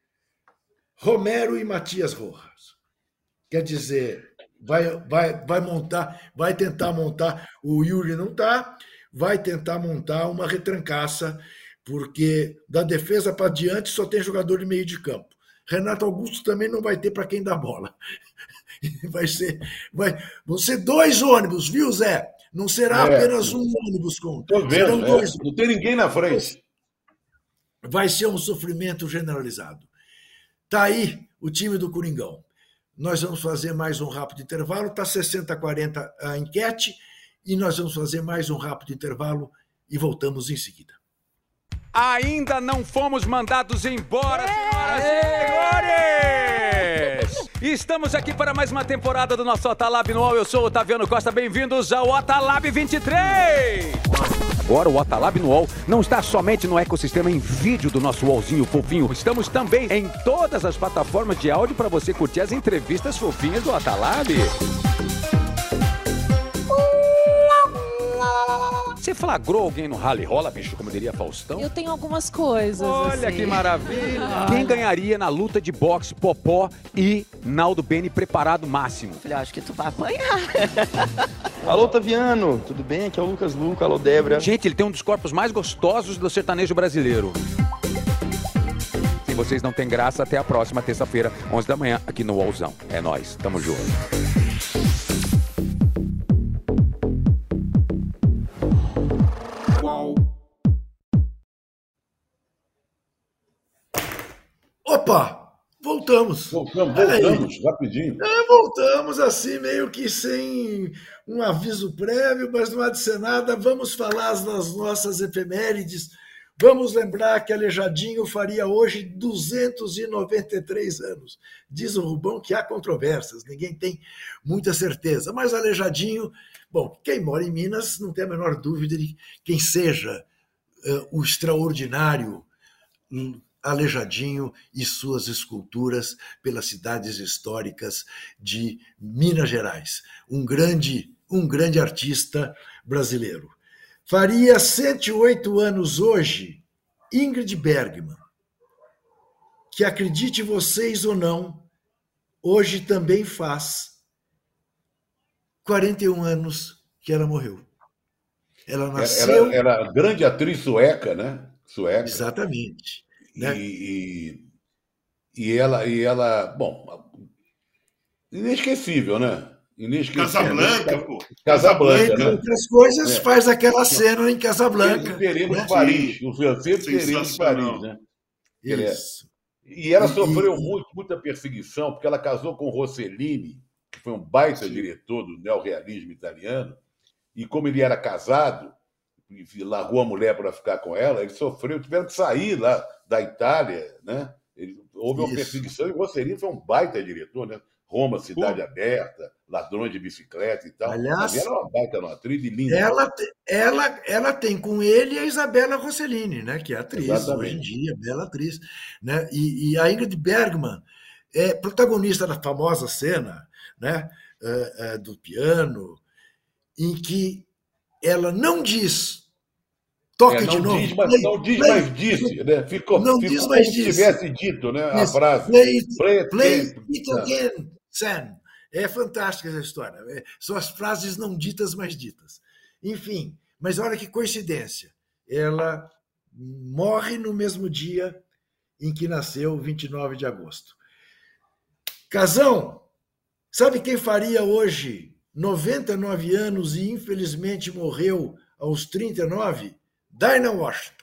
Romero e Matias Rojas. Quer dizer, vai, vai, vai montar, vai tentar montar, o Yuri não está, vai tentar montar uma retrancaça, porque da defesa para diante só tem jogador de meio de campo. Renato Augusto também não vai ter para quem dar bola. Vai ser, vai, vão ser dois ônibus, viu, Zé? Não será é, apenas um ônibus com. Tô vendo, dois... é, não tem ninguém na frente. Vai ser um sofrimento generalizado. Tá aí o time do Coringão. Nós vamos fazer mais um rápido intervalo, está sessenta a quarenta a enquete, e nós vamos fazer mais um rápido intervalo e voltamos em seguida. Ainda não fomos mandados embora, senhoras e senhores! Estamos aqui para mais uma temporada do nosso Otalab no UOL. Eu sou o Otaviano Costa, bem-vindos ao Otalab vinte e três! Agora o Otalab no UOL não está somente no ecossistema em vídeo do nosso UOLzinho fofinho. Estamos também em todas as plataformas de áudio para você curtir as entrevistas fofinhas do Otalab. Você flagrou alguém no rally rola, bicho, como diria Faustão? Eu tenho algumas coisas. Olha assim. que maravilha! Quem ganharia na luta de boxe Popó e Naldo Beni preparado máximo? Falei, acho que tu vai apanhar. Alô, Otaviano, tudo bem? Aqui é o Lucas Luca, alô, Débora. Gente, ele tem um dos corpos mais gostosos do sertanejo brasileiro. Se vocês não têm graça, até a próxima terça-feira, onze da manhã, aqui no UOLzão. É nóis, tamo junto. Opa! Voltamos. Voltamos, voltamos, rapidinho. É, voltamos assim, meio que sem um aviso prévio, mas não há de ser nada. Vamos falar das nossas efemérides. Vamos lembrar que Aleijadinho faria hoje duzentos e noventa e três anos. Diz o Rubão que há controvérsias, ninguém tem muita certeza. Mas Aleijadinho, bom, quem mora em Minas não tem a menor dúvida de quem seja uh, o extraordinário um, Aleijadinho e suas esculturas pelas cidades históricas de Minas Gerais. Um grande, um grande artista brasileiro. Faria cento e oito anos hoje Ingrid Bergman, que, acredite vocês ou não, hoje também faz quarenta e um anos que ela morreu. Ela nasceu... Era, era grande atriz sueca, né? Sueca. Exatamente. Né? E, e, e, ela, e ela, bom, inesquecível, né? Inesquecível. Casablanca, pô. Casablanca, Entre né? outras coisas, É. faz aquela cena em Casablanca. Teremos né? Paris. O francês teremos Sensacional. Paris, né? Ele é- Isso. E ela E- sofreu e- muito, muita perseguição, porque ela casou com Rossellini, que foi um baita Sim. diretor do neorrealismo italiano, e como ele era casado, e largou a mulher para ficar com ela, ele sofreu, tiveram que sair lá da Itália, né? Ele, houve uma Isso. perseguição, e o Rossellini foi um baita diretor, né? Roma, Cidade Aberta, Ladrões de Bicicleta e tal. Aliás, Mas ela é uma baita, uma atriz e linda. Ela, te- ela, ela tem com ele a Isabela Rossellini, né? Que é atriz, Exatamente. hoje em dia, bela atriz. Né? E, e a Ingrid Bergman é protagonista da famosa cena, né? eh, eh, do piano, em que ela não diz toque É, de não novo. diz, mas, play, não diz, play, mas disse, né? Ficou, Não ficou diz, como mas se disse. tivesse dito, né? A Yes, frase. play it, Play it play again. it again, Sam. É fantástica essa história. É, são as frases não ditas, mas ditas. Enfim, mas olha que coincidência. Ela morre no mesmo dia em que nasceu, vinte e nove de agosto. Casão, sabe quem faria hoje noventa e nove anos e infelizmente morreu aos trinta e nove? Dinah Washington.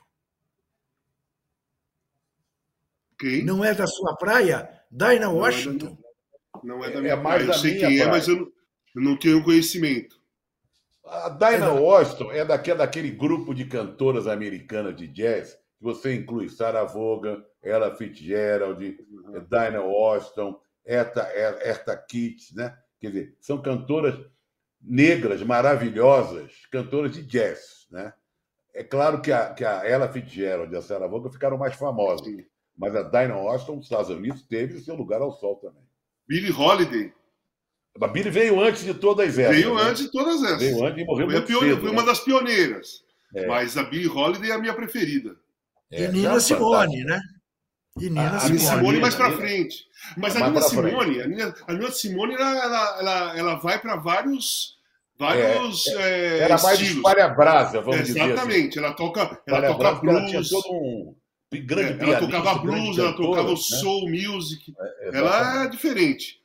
Quem? Não é da sua praia? Dinah Não é da Washington. minha- Não é da É minha mais praia. da Eu sei minha quem é, praia. mas eu não, eu não tenho conhecimento. A Dinah Washington é daquele, daquele grupo de cantoras americanas de jazz que você inclui Sarah Vaughan, Ella Fitzgerald, Dinah Washington, Etta, Etta Kitt, né? Quer dizer, são cantoras negras maravilhosas, cantoras de jazz, né? É claro que a, que a Ella Fitzgerald e a Sarah Vaughan ficaram mais famosas, Sim. mas a Dinah Washington, nos Estados Unidos, teve seu lugar ao sol também. Billie Holiday. A Billie veio antes de todas essas. Veio né? antes de todas essas. Veio antes e morreu Foi, a muito pione- cedo. foi né? uma das pioneiras. É. Mas a Billie Holiday é a minha preferida. É, E Nina já Simone, fantástico. né? E Nina A- a A Nina Simone. Simone mais pra Nina- frente. Mas É a mais Nina pra frente. Simone, a Nina, a Nina Simone, ela, ela, ela, ela vai para vários, vários é, Era mais estilos. espalha-brasa, vamos dizer assim. Exatamente. Ela toca, ela Espalha toca brasa, porque ela tinha blues. todo um grande é, ela tocava pianista, blues, grande ela cantora, tocava o né? soul music. É, Ela é exatamente. diferente.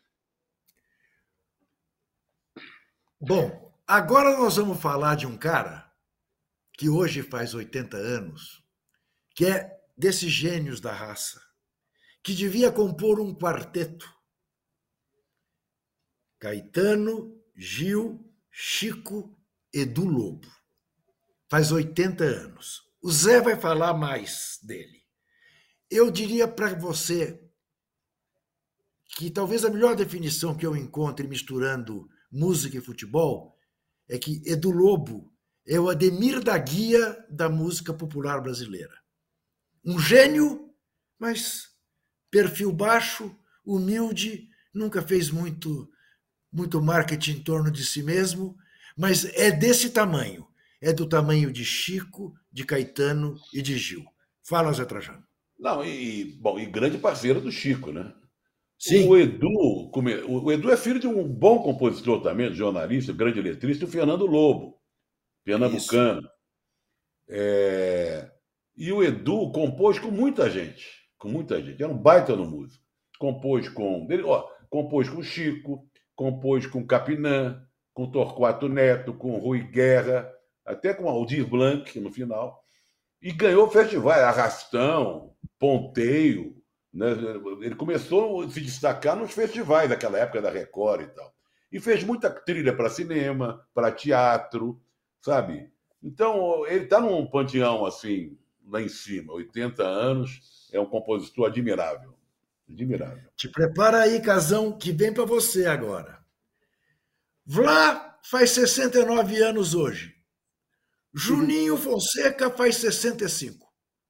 Bom, agora nós vamos falar de um cara que hoje faz oitenta anos, que é desses gênios da raça, que devia compor um quarteto. Caetano, Gil, Chico, Edu Lobo. Faz oitenta anos. O Zé vai falar mais dele. Eu diria para você que talvez a melhor definição que eu encontre misturando música e futebol é que Edu Lobo é o Ademir da Guia da música popular brasileira. Um gênio, mas perfil baixo, humilde, nunca fez muito, muito marketing em torno de si mesmo, mas é desse tamanho. É do tamanho de Chico, de Caetano e de Gil. Fala, Zé Trajano. Não, e, bom, e grande parceiro do Chico, né? Sim. O Edu, come- o Edu é filho de um bom compositor também, jornalista, grande letrista, o Fernando Lobo, pernambucano. É, E o Edu compôs com muita gente, com muita gente. Era um baita no músico. Compôs com, ele, ó, compôs com Chico, compôs com Capinã, com Torquato Neto, com Rui Guerra, até com Aldir Blanc no final. E ganhou festivais, Arrastão, Ponteio. Né? Ele começou a se destacar nos festivais daquela época da Record e tal. E fez muita trilha para cinema, para teatro, sabe? Então, ele está num panteão assim, lá em cima, oitenta anos, é um compositor admirável. Admirável. Te prepara aí, Casão, que vem para você agora. Vlá faz sessenta e nove anos hoje. Juninho Fonseca faz sessenta e cinco.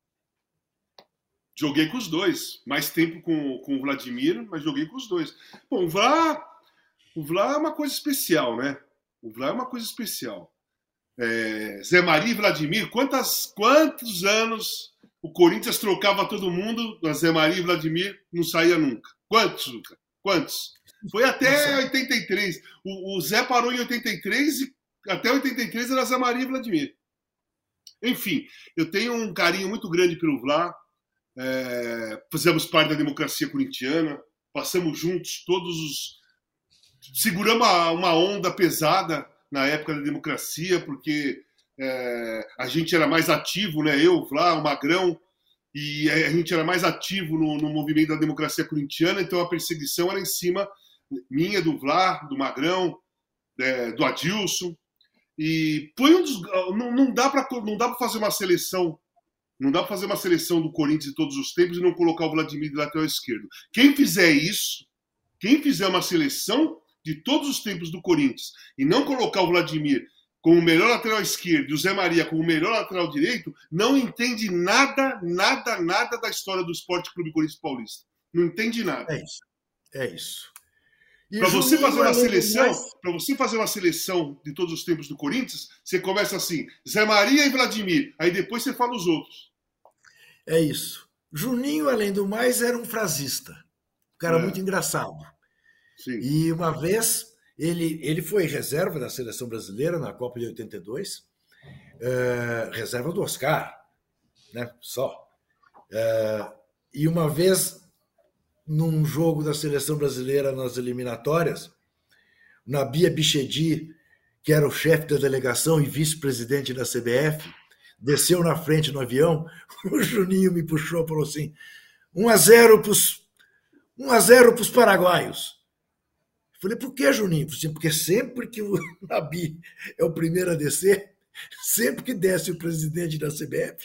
Joguei com os dois. Mais tempo com, com o Vladimir, mas joguei com os dois. Bom, o Vlá, o Vlá é uma coisa especial, né? O Vlá é uma coisa especial. É, Zé Maria e Vladimir, quantas, quantos anos o Corinthians trocava todo mundo, a Zé Maria e Vladimir não saía nunca? Quantos, Luca? Quantos? Foi até oitenta e três. O, o Zé parou em oitenta e três e até oitenta e três era Zé Maria e Vladimir. Enfim, eu tenho um carinho muito grande pelo Vlá. É, fizemos parte da democracia corintiana, passamos juntos todos os, seguramos uma onda pesada na época da democracia, porque é, a gente era mais ativo, né? Eu, Vlá, o Magrão, e a gente era mais ativo no, no movimento da democracia corintiana, então a perseguição era em cima minha, do Vlá, do Magrão, é, do Adilson. E foi um dos, não, não dá para não dá para fazer uma seleção, não dá para fazer uma seleção do Corinthians de todos os tempos e não colocar o Vladimir de lateral esquerdo. Quem fizer isso, quem fizer uma seleção de todos os tempos do Corinthians e não colocar o Vladimir como o melhor lateral esquerdo e o Zé Maria como o melhor lateral direito, não entende nada, nada, nada da história do Esporte Clube Corinthians Paulista. Não entende nada. É isso. É isso. Para você fazer uma seleção, para você fazer uma seleção de todos os tempos do Corinthians, você começa assim, Zé Maria e Vladimir, aí depois você fala os outros. É isso. Juninho, além do mais, era um frasista. Um cara é. muito engraçado. Sim. E uma vez ele, ele foi reserva da seleção brasileira na Copa de oitenta e dois, é, reserva do Oscar, né? Só. É, e uma vez, num jogo da seleção brasileira nas eliminatórias, o Nabi Abichedi, que era o chefe da delegação e vice-presidente da C B F, desceu na frente no avião, o Juninho me puxou e falou assim, um a zero para os paraguaios. Falei, por que, Juninho? Porque sempre que o Nabi é o primeiro a descer, sempre que desce o presidente da C B F,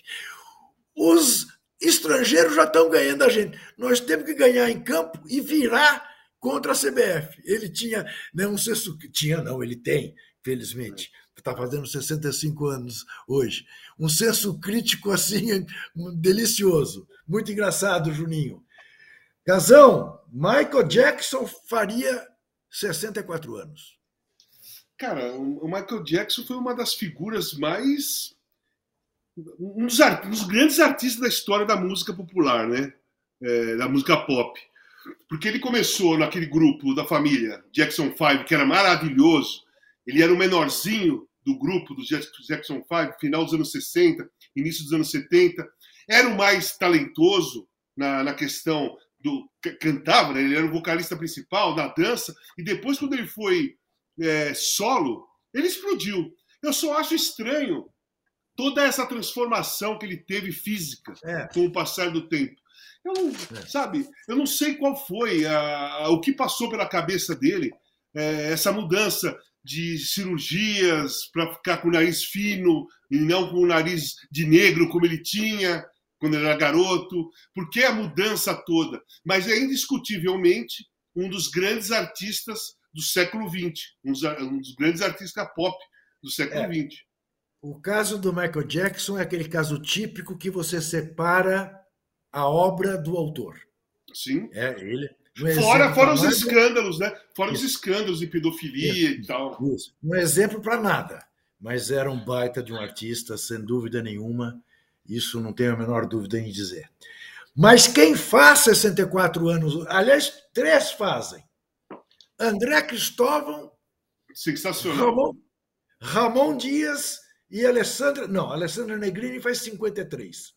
os estrangeiros já estão ganhando a gente. Nós temos que ganhar em campo e virar contra a C B F. Ele tinha, né, um senso... Tinha, não, ele tem, felizmente. Está fazendo sessenta e cinco anos hoje. Um senso crítico, assim, delicioso. Muito engraçado, Juninho. Gazão, Michael Jackson faria sessenta e quatro anos. Cara, o Michael Jackson foi uma das figuras mais... Um dos, art... um dos grandes artistas da história da música popular, né? É, da música pop. Porque ele começou naquele grupo da família Jackson Five, que era maravilhoso. Ele era o menorzinho do grupo do Jackson Five, final dos anos sessenta, início dos anos setenta. Era o mais talentoso na, na questão do... Cantava, né? Ele era o vocalista principal da dança. E depois, quando ele foi é, solo, ele explodiu. Eu só acho estranho toda essa transformação que ele teve física é. com o passar do tempo. Eu não, é. sabe, eu não sei qual foi a, a, o que passou pela cabeça dele, é, essa mudança de cirurgias para ficar com o nariz fino e não com o nariz de negro como ele tinha quando ele era garoto. Por que a mudança toda? Mas é indiscutivelmente um dos grandes artistas do século vinte, um dos, um dos grandes artistas pop do século é. vinte. O caso do Michael Jackson é aquele caso típico que você separa a obra do autor. Sim. É, ele. Fora, fora os nada, escândalos, né? Fora isso. os escândalos de pedofilia isso, e tal. Isso. Um exemplo para nada. Mas era um baita de um artista, sem dúvida nenhuma. Isso não tenho a menor dúvida em dizer. Mas quem faz sessenta e quatro anos... Aliás, três fazem. André Cristóvão... Sensacional. Ramon, Ramon Dias... E Alessandra... Não, Alessandra Negrini faz cinquenta e três.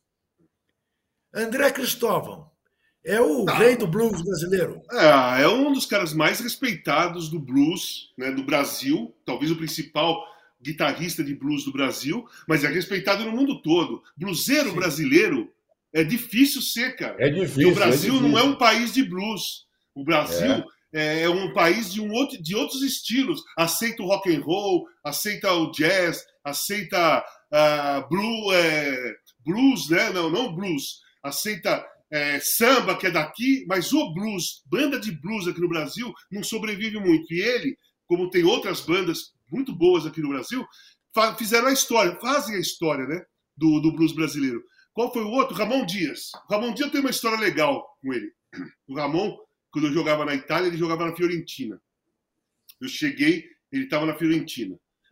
André Cristóvão é o ah, rei do blues brasileiro. É, é um dos caras mais respeitados do blues, né, do Brasil. Talvez o principal guitarrista de blues do Brasil. Mas é respeitado no mundo todo. Bluseiro Sim. brasileiro é difícil ser, cara. É difícil. Porque o Brasil é difícil. não é um país de blues. O Brasil... É. é um país de, um outro, de outros estilos. Aceita o rock and roll, aceita o jazz, aceita uh, blue, é, blues, né? Não, não blues. Aceita é, samba, que é daqui, mas o blues, banda de blues aqui no Brasil, não sobrevive muito. E ele, como tem outras bandas muito boas aqui no Brasil, fizeram a história, fazem a história, né? Do, do blues brasileiro. Qual foi o outro? Ramon Dias. O Ramon Dias tem uma história legal com ele. O Ramon... Quando eu jogava na Itália, ele jogava na Fiorentina. Eu cheguei, ele estava na Fiorentina.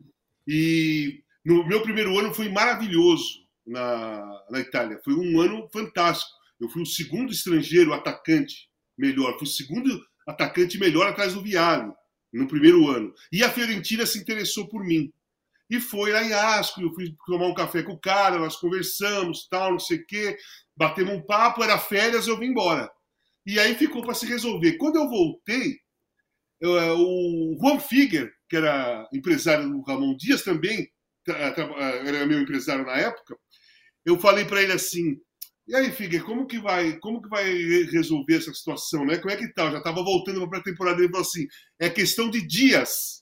E no meu primeiro ano foi maravilhoso na, na Itália. Foi um ano fantástico. Eu fui o segundo estrangeiro atacante melhor. Fui o segundo atacante melhor atrás do Vialli, no primeiro ano. E a Fiorentina se interessou por mim. E foi lá em Asco, eu fui tomar um café com o cara, nós conversamos, tal, não sei o quê. Batemos um papo, era férias, eu vim embora. E aí ficou para se resolver. Quando eu voltei, o Juan Figuer, que era empresário do Ramon Dias, também era meu empresário na época, eu falei para ele assim, e aí, Figuer, como que vai, como que vai resolver essa situação, né? Como é que tá? Eu já estava voltando para a pré-temporada, ele falou assim, é questão de dias.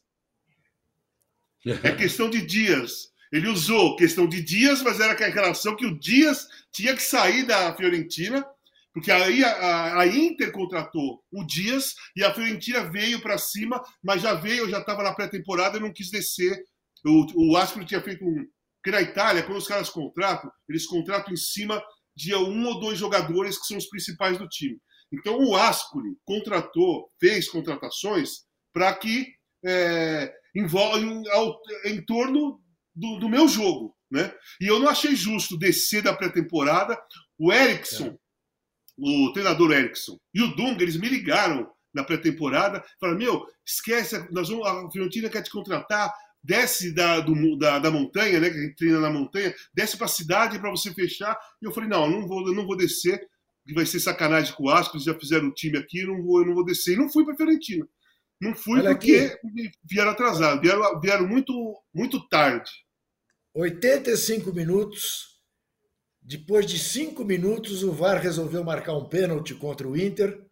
É questão de dias. Ele usou questão de dias, mas era aquela relação que o Dias tinha que sair da Fiorentina, porque aí a, a Inter contratou o Dias e a Fiorentina veio para cima, mas já veio, já estava na pré-temporada e não quis descer. O, o Ascoli tinha feito um... Porque na Itália, quando os caras contratam, eles contratam em cima de um ou dois jogadores que são os principais do time. Então o Ascoli contratou, fez contratações para que é, envolve em, ao, em torno do, do meu jogo, né? E eu não achei justo descer da pré-temporada. O Eriksson, é. o treinador Eriksson e o Dunga, eles me ligaram na pré-temporada, falaram, meu, esquece, nós vamos, a Fiorentina quer te contratar, desce da, do, da, da montanha, né, que a gente treina na montanha, desce para a cidade para você fechar. E eu falei, não, eu não vou, eu não vou descer, que vai ser sacanagem com o Ascoli, eles já fizeram o time aqui, eu não vou, eu não vou descer. E não fui para a Fiorentina. Não fui Olha porque aqui. vieram atrasados, vieram, vieram muito, muito tarde. oitenta e cinco minutos, depois de cinco minutos, o V A R resolveu marcar um pênalti contra o Inter.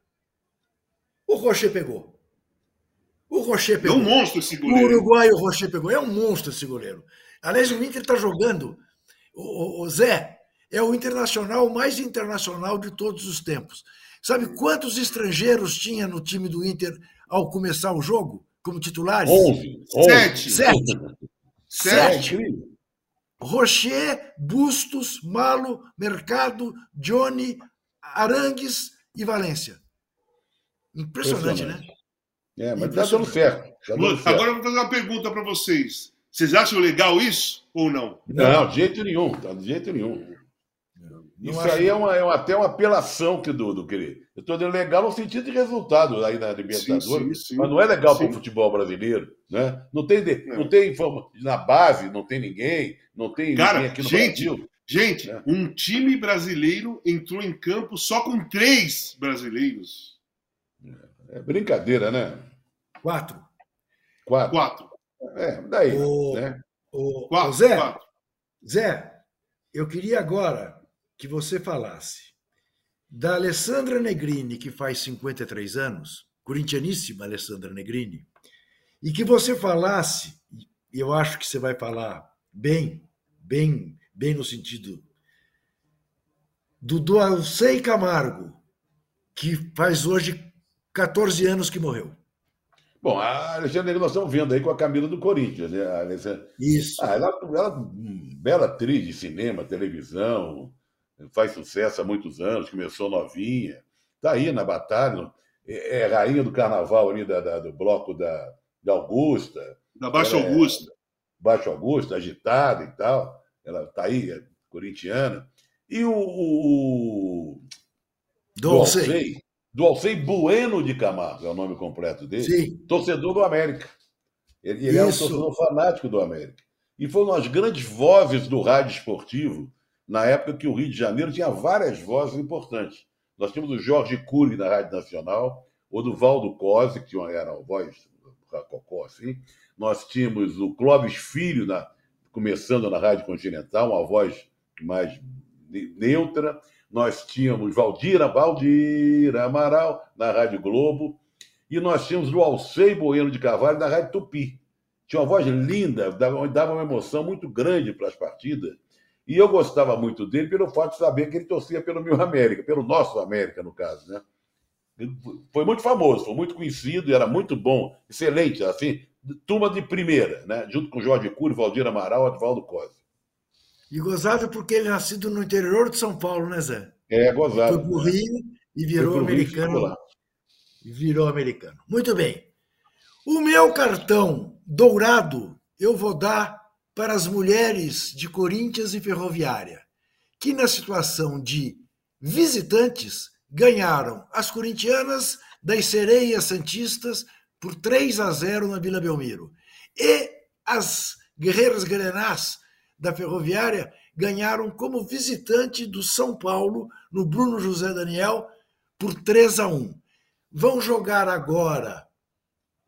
O Rocher pegou. O Rocher pegou. É um monstro esse goleiro. O uruguaio Rocher pegou. É um monstro esse goleiro. Aliás, o Inter está jogando. O, o, o Zé é o internacional mais internacional de todos os tempos. Sabe quantos estrangeiros tinha no time do Inter ao começar o jogo, como titulares? Onze. Sete. Sete. Sete. Sete. Rocher, Bustos, Malo, Mercado, Johnny, Arangues e Valência. Impressionante, Impressionante. né? É, mas está dando certo. Tá dando certo. Agora eu vou fazer uma pergunta para vocês. Vocês acham legal isso ou não? Não, de jeito nenhum. Tá, de jeito nenhum. Não isso aí é, uma, é uma, até uma apelação que do, do querer. Eu estou dizendo legal no sentido de resultado aí na Libertadores, sim, sim, sim. Mas não é legal para o futebol brasileiro, né? Não tem, de, não. Não tem na base, não tem ninguém, não tem Cara, ninguém aqui no gente, Brasil. Gente, é. um time brasileiro entrou em campo só com três brasileiros. É brincadeira, né? Quatro. Quatro. Quatro. É, daí. O, né? o, quatro, o Zé, quatro. Zé, eu queria agora que você falasse da Alessandra Negrini, que faz cinquenta e três anos, corintianíssima Alessandra Negrini, e que você falasse, e eu acho que você vai falar bem, bem, bem no sentido do Dualcei Camargo, que faz hoje quatorze anos que morreu. Bom, a Alexandre nós estamos vendo aí com a Camila do Corinthians, né? A Alexandre... Isso. Ah, ela, ela bela atriz de cinema, televisão, faz sucesso há muitos anos, começou novinha, está aí na batalha, é, é rainha do carnaval ali da, da, do bloco da, da Augusta. Da Baixa Augusta. É, Baixa Augusta, agitada e tal. Ela está aí, é corintiana. E o... o Dualcei. Dualcei Bueno de Camargo, é o nome completo dele. Sim. Torcedor do América. Ele, ele é um torcedor fanático do América. E foi uma das grandes vozes do rádio esportivo, na época que o Rio de Janeiro tinha várias vozes importantes. Nós tínhamos o Jorge Cury na Rádio Nacional, o do Valdo Cosi, que era a voz racocó, assim. Nós tínhamos o Clóvis Filho, na, começando na Rádio Continental, uma voz mais neutra. Nós tínhamos Valdir, Valdir Amaral na Rádio Globo. E nós tínhamos o Alcei Bueno de Carvalho na Rádio Tupi. Tinha uma voz linda, dava uma emoção muito grande para as partidas. E eu gostava muito dele pelo fato de saber que ele torcia pelo meu América, pelo nosso América, no caso, né? Ele foi muito famoso, foi muito conhecido e era muito bom, excelente, assim, turma de primeira, né? Junto com Jorge Cury, Valdir Amaral e Edvaldo Cosi. E gozado porque ele é nascido no interior de São Paulo, né, Zé? É, gozado. Foi pro Rio e virou americano. E virou americano. Muito bem. O meu cartão dourado eu vou dar para as mulheres de Corinthians e Ferroviária, que na situação de visitantes ganharam as corintianas das Sereias Santistas por três a zero na Vila Belmiro. E as Guerreiras Grenás da Ferroviária ganharam como visitante do São Paulo no Bruno José Daniel por três a um. Vão jogar agora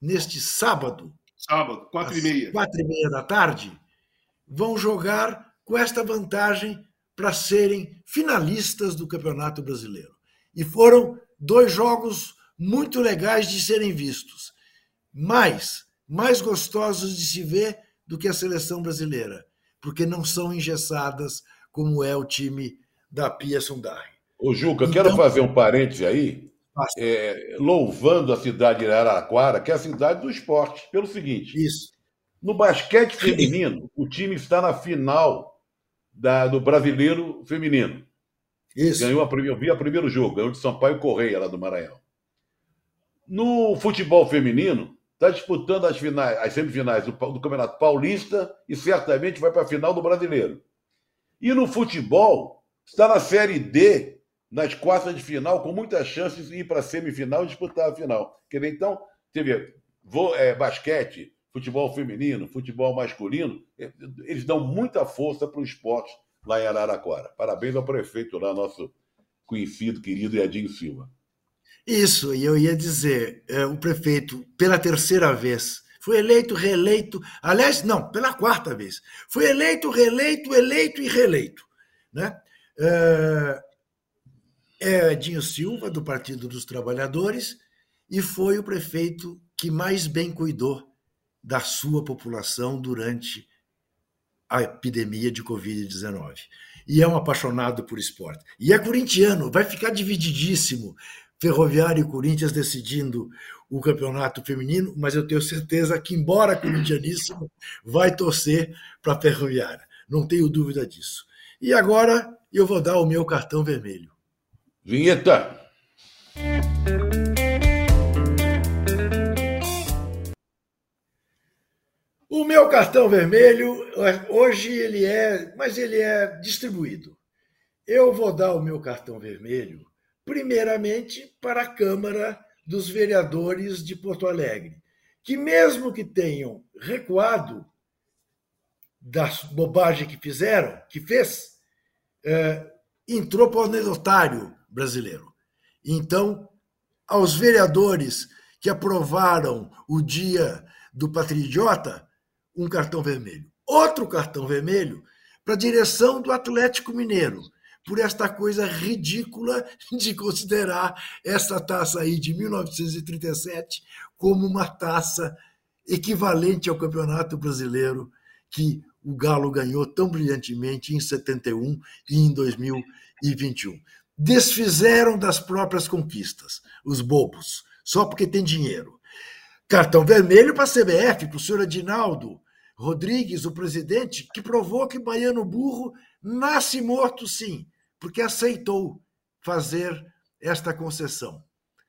neste sábado, Sábado, quatro e às meia. quatro e meia da tarde, vão jogar com esta vantagem para serem finalistas do Campeonato Brasileiro. E foram dois jogos muito legais de serem vistos, mais, mais gostosos de se ver do que a seleção brasileira, porque não são engessadas como é o time da Pia Sundari. Ô, Juca, Então- quero fazer um parêntese aí, Faça. é, louvando a cidade de Araraquara, que é a cidade do esporte, pelo seguinte: Isso. no basquete feminino, o time está na final da- do Brasileiro Feminino. Isso. Ganhou a primeira, eu vi o primeiro jogo, ganhou de Sampaio Correia, lá do Maranhão. No futebol feminino, está disputando as, finais, as semifinais do, do Campeonato Paulista e certamente vai para a final do Brasileiro. E no futebol, está na Série D, nas quartas de final, com muitas chances de ir para a semifinal e disputar a final. Quer dizer, então, você vê, vo- é, basquete, futebol feminino, futebol masculino, é, eles dão muita força para o esporte lá em Araraquara. Parabéns ao prefeito lá, nosso conhecido, querido Edinho Silva. Isso, e eu ia dizer, é, o prefeito, pela terceira vez, foi eleito, reeleito, aliás, não, pela quarta vez, foi eleito, reeleito, eleito e reeleito. Né? É, é Edinho Silva, do Partido dos Trabalhadores, e foi o prefeito que mais bem cuidou da sua população durante a epidemia de covid dezenove. E é um apaixonado por esporte. E é corintiano, vai ficar divididíssimo, Ferroviário e Corinthians decidindo o campeonato feminino, mas eu tenho certeza que, embora corintianíssimo, vai torcer para a Ferroviária. Não tenho dúvida disso. E agora eu vou dar o meu cartão vermelho. Vinheta! O meu cartão vermelho, hoje ele é, mas ele é distribuído. Eu vou dar o meu cartão vermelho, primeiramente, para a Câmara dos Vereadores de Porto Alegre, que mesmo que tenham recuado da bobagem que fizeram, que fez, é, entrou para o anedotário brasileiro. Então, aos vereadores que aprovaram o dia do patriota, um cartão vermelho. Outro cartão vermelho para a direção do Atlético Mineiro, por esta coisa ridícula de considerar essa taça aí de mil novecentos e trinta e sete como uma taça equivalente ao Campeonato Brasileiro que o Galo ganhou tão brilhantemente em setenta e um e em dois mil e vinte e um. Desfizeram das próprias conquistas, os bobos, só porque tem dinheiro. Cartão vermelho para a C B F, para o senhor Adinaldo Rodrigues, o presidente, que provou que baiano burro nasce morto, sim, porque aceitou fazer esta concessão.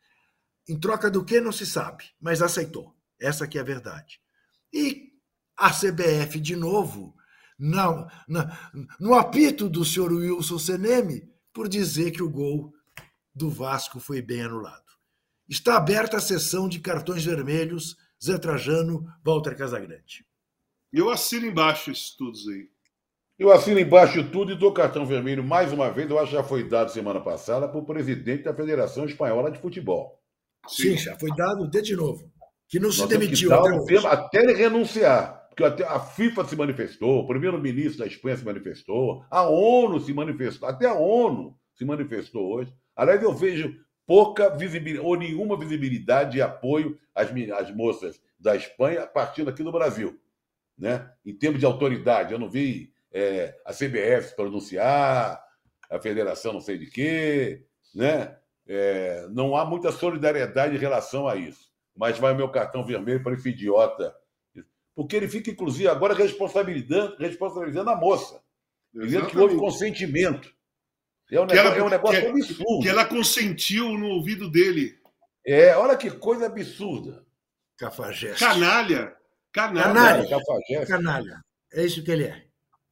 Em troca do que, não se sabe, mas aceitou. Essa que é a verdade. E a C B F, de novo, não, não, no apito do senhor Wilson Seneme, por dizer que o gol do Vasco foi bem anulado. Está aberta a sessão de cartões vermelhos, Zé Trajano, Walter Casagrande. Eu assino embaixo esses todos aí. Eu assino embaixo tudo e dou cartão vermelho mais uma vez, eu acho que já foi dado semana passada, para o presidente da Federação Espanhola de Futebol. Sim, já foi dado de novo. Que não se Nós temos que demitiu dar até um hoje. tempo até ele renunciar. Porque até a FIFA se manifestou, o primeiro-ministro da Espanha se manifestou, a ONU se manifestou, até a ONU se manifestou hoje. Aliás, eu vejo pouca visibilidade, ou nenhuma visibilidade e apoio às, às moças da Espanha partindo aqui do Brasil. Né? Em termos de autoridade, eu não vi é, a C B F se pronunciar, a federação não sei de quê, né? É, não há muita solidariedade em relação a isso. Mas vai o meu cartão vermelho para esse idiota, porque ele fica, inclusive, agora responsabilizando, responsabilizando a moça, dizendo que houve consentimento. É um que negócio, ela, é um negócio que, absurdo. Que ela consentiu no ouvido dele. É, olha que coisa absurda. Cafajeste. Canalha. Canalha. Canalha. Cafajeste. Canalha. É isso que ele é.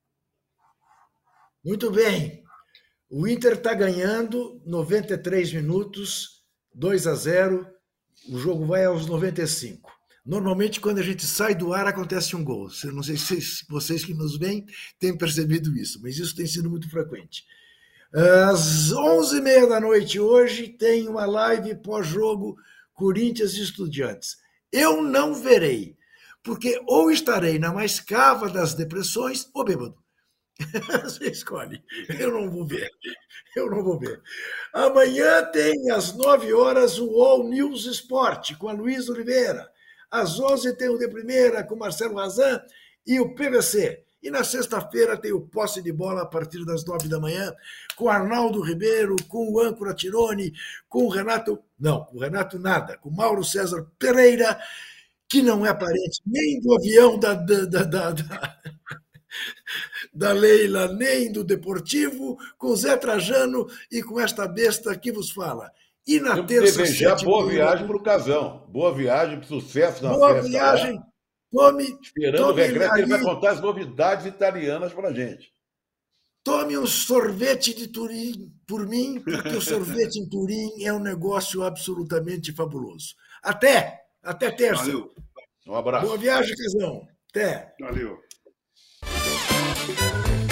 Muito bem. O Inter está ganhando noventa e três minutos, dois a zero. O jogo vai aos noventa e cinco. Normalmente, quando a gente sai do ar, acontece um gol. Eu não sei se vocês que nos veem têm percebido isso, mas isso tem sido muito frequente. Às onze e meia da noite hoje tem uma live pós-jogo Corinthians e Estudiantes. Eu não verei, porque ou estarei na mais cava das depressões ou bêbado. Você escolhe. Eu não vou ver. Eu não vou ver. Amanhã tem, às nove horas, o All News Sport, com a Luiz Oliveira. Às onze tem o De Primeira, com Marcelo Razan e o P V C. E na sexta-feira tem o Posse de Bola, a partir das nove da manhã, com Arnaldo Ribeiro, com o âncora Tironi, com o Renato... Não, com o Renato nada, com o Mauro César Pereira, que não é parente nem do avião da... da, da, da, da... da Leila, nem do Deportivo, com Zé Trajano e com esta besta que vos fala. E na Eu terça... desejar boa viagem para o Casão. Boa viagem, sucesso na boa festa. Boa viagem. Lá. Tome, Esperando tome o regresso, ali, ele vai contar as novidades italianas para a gente. Tome um sorvete de Turim por mim, porque o sorvete em Turim é um negócio absolutamente fabuloso. Até! Até terça. Valeu. Um abraço. Boa viagem, Casão. Até. Valeu.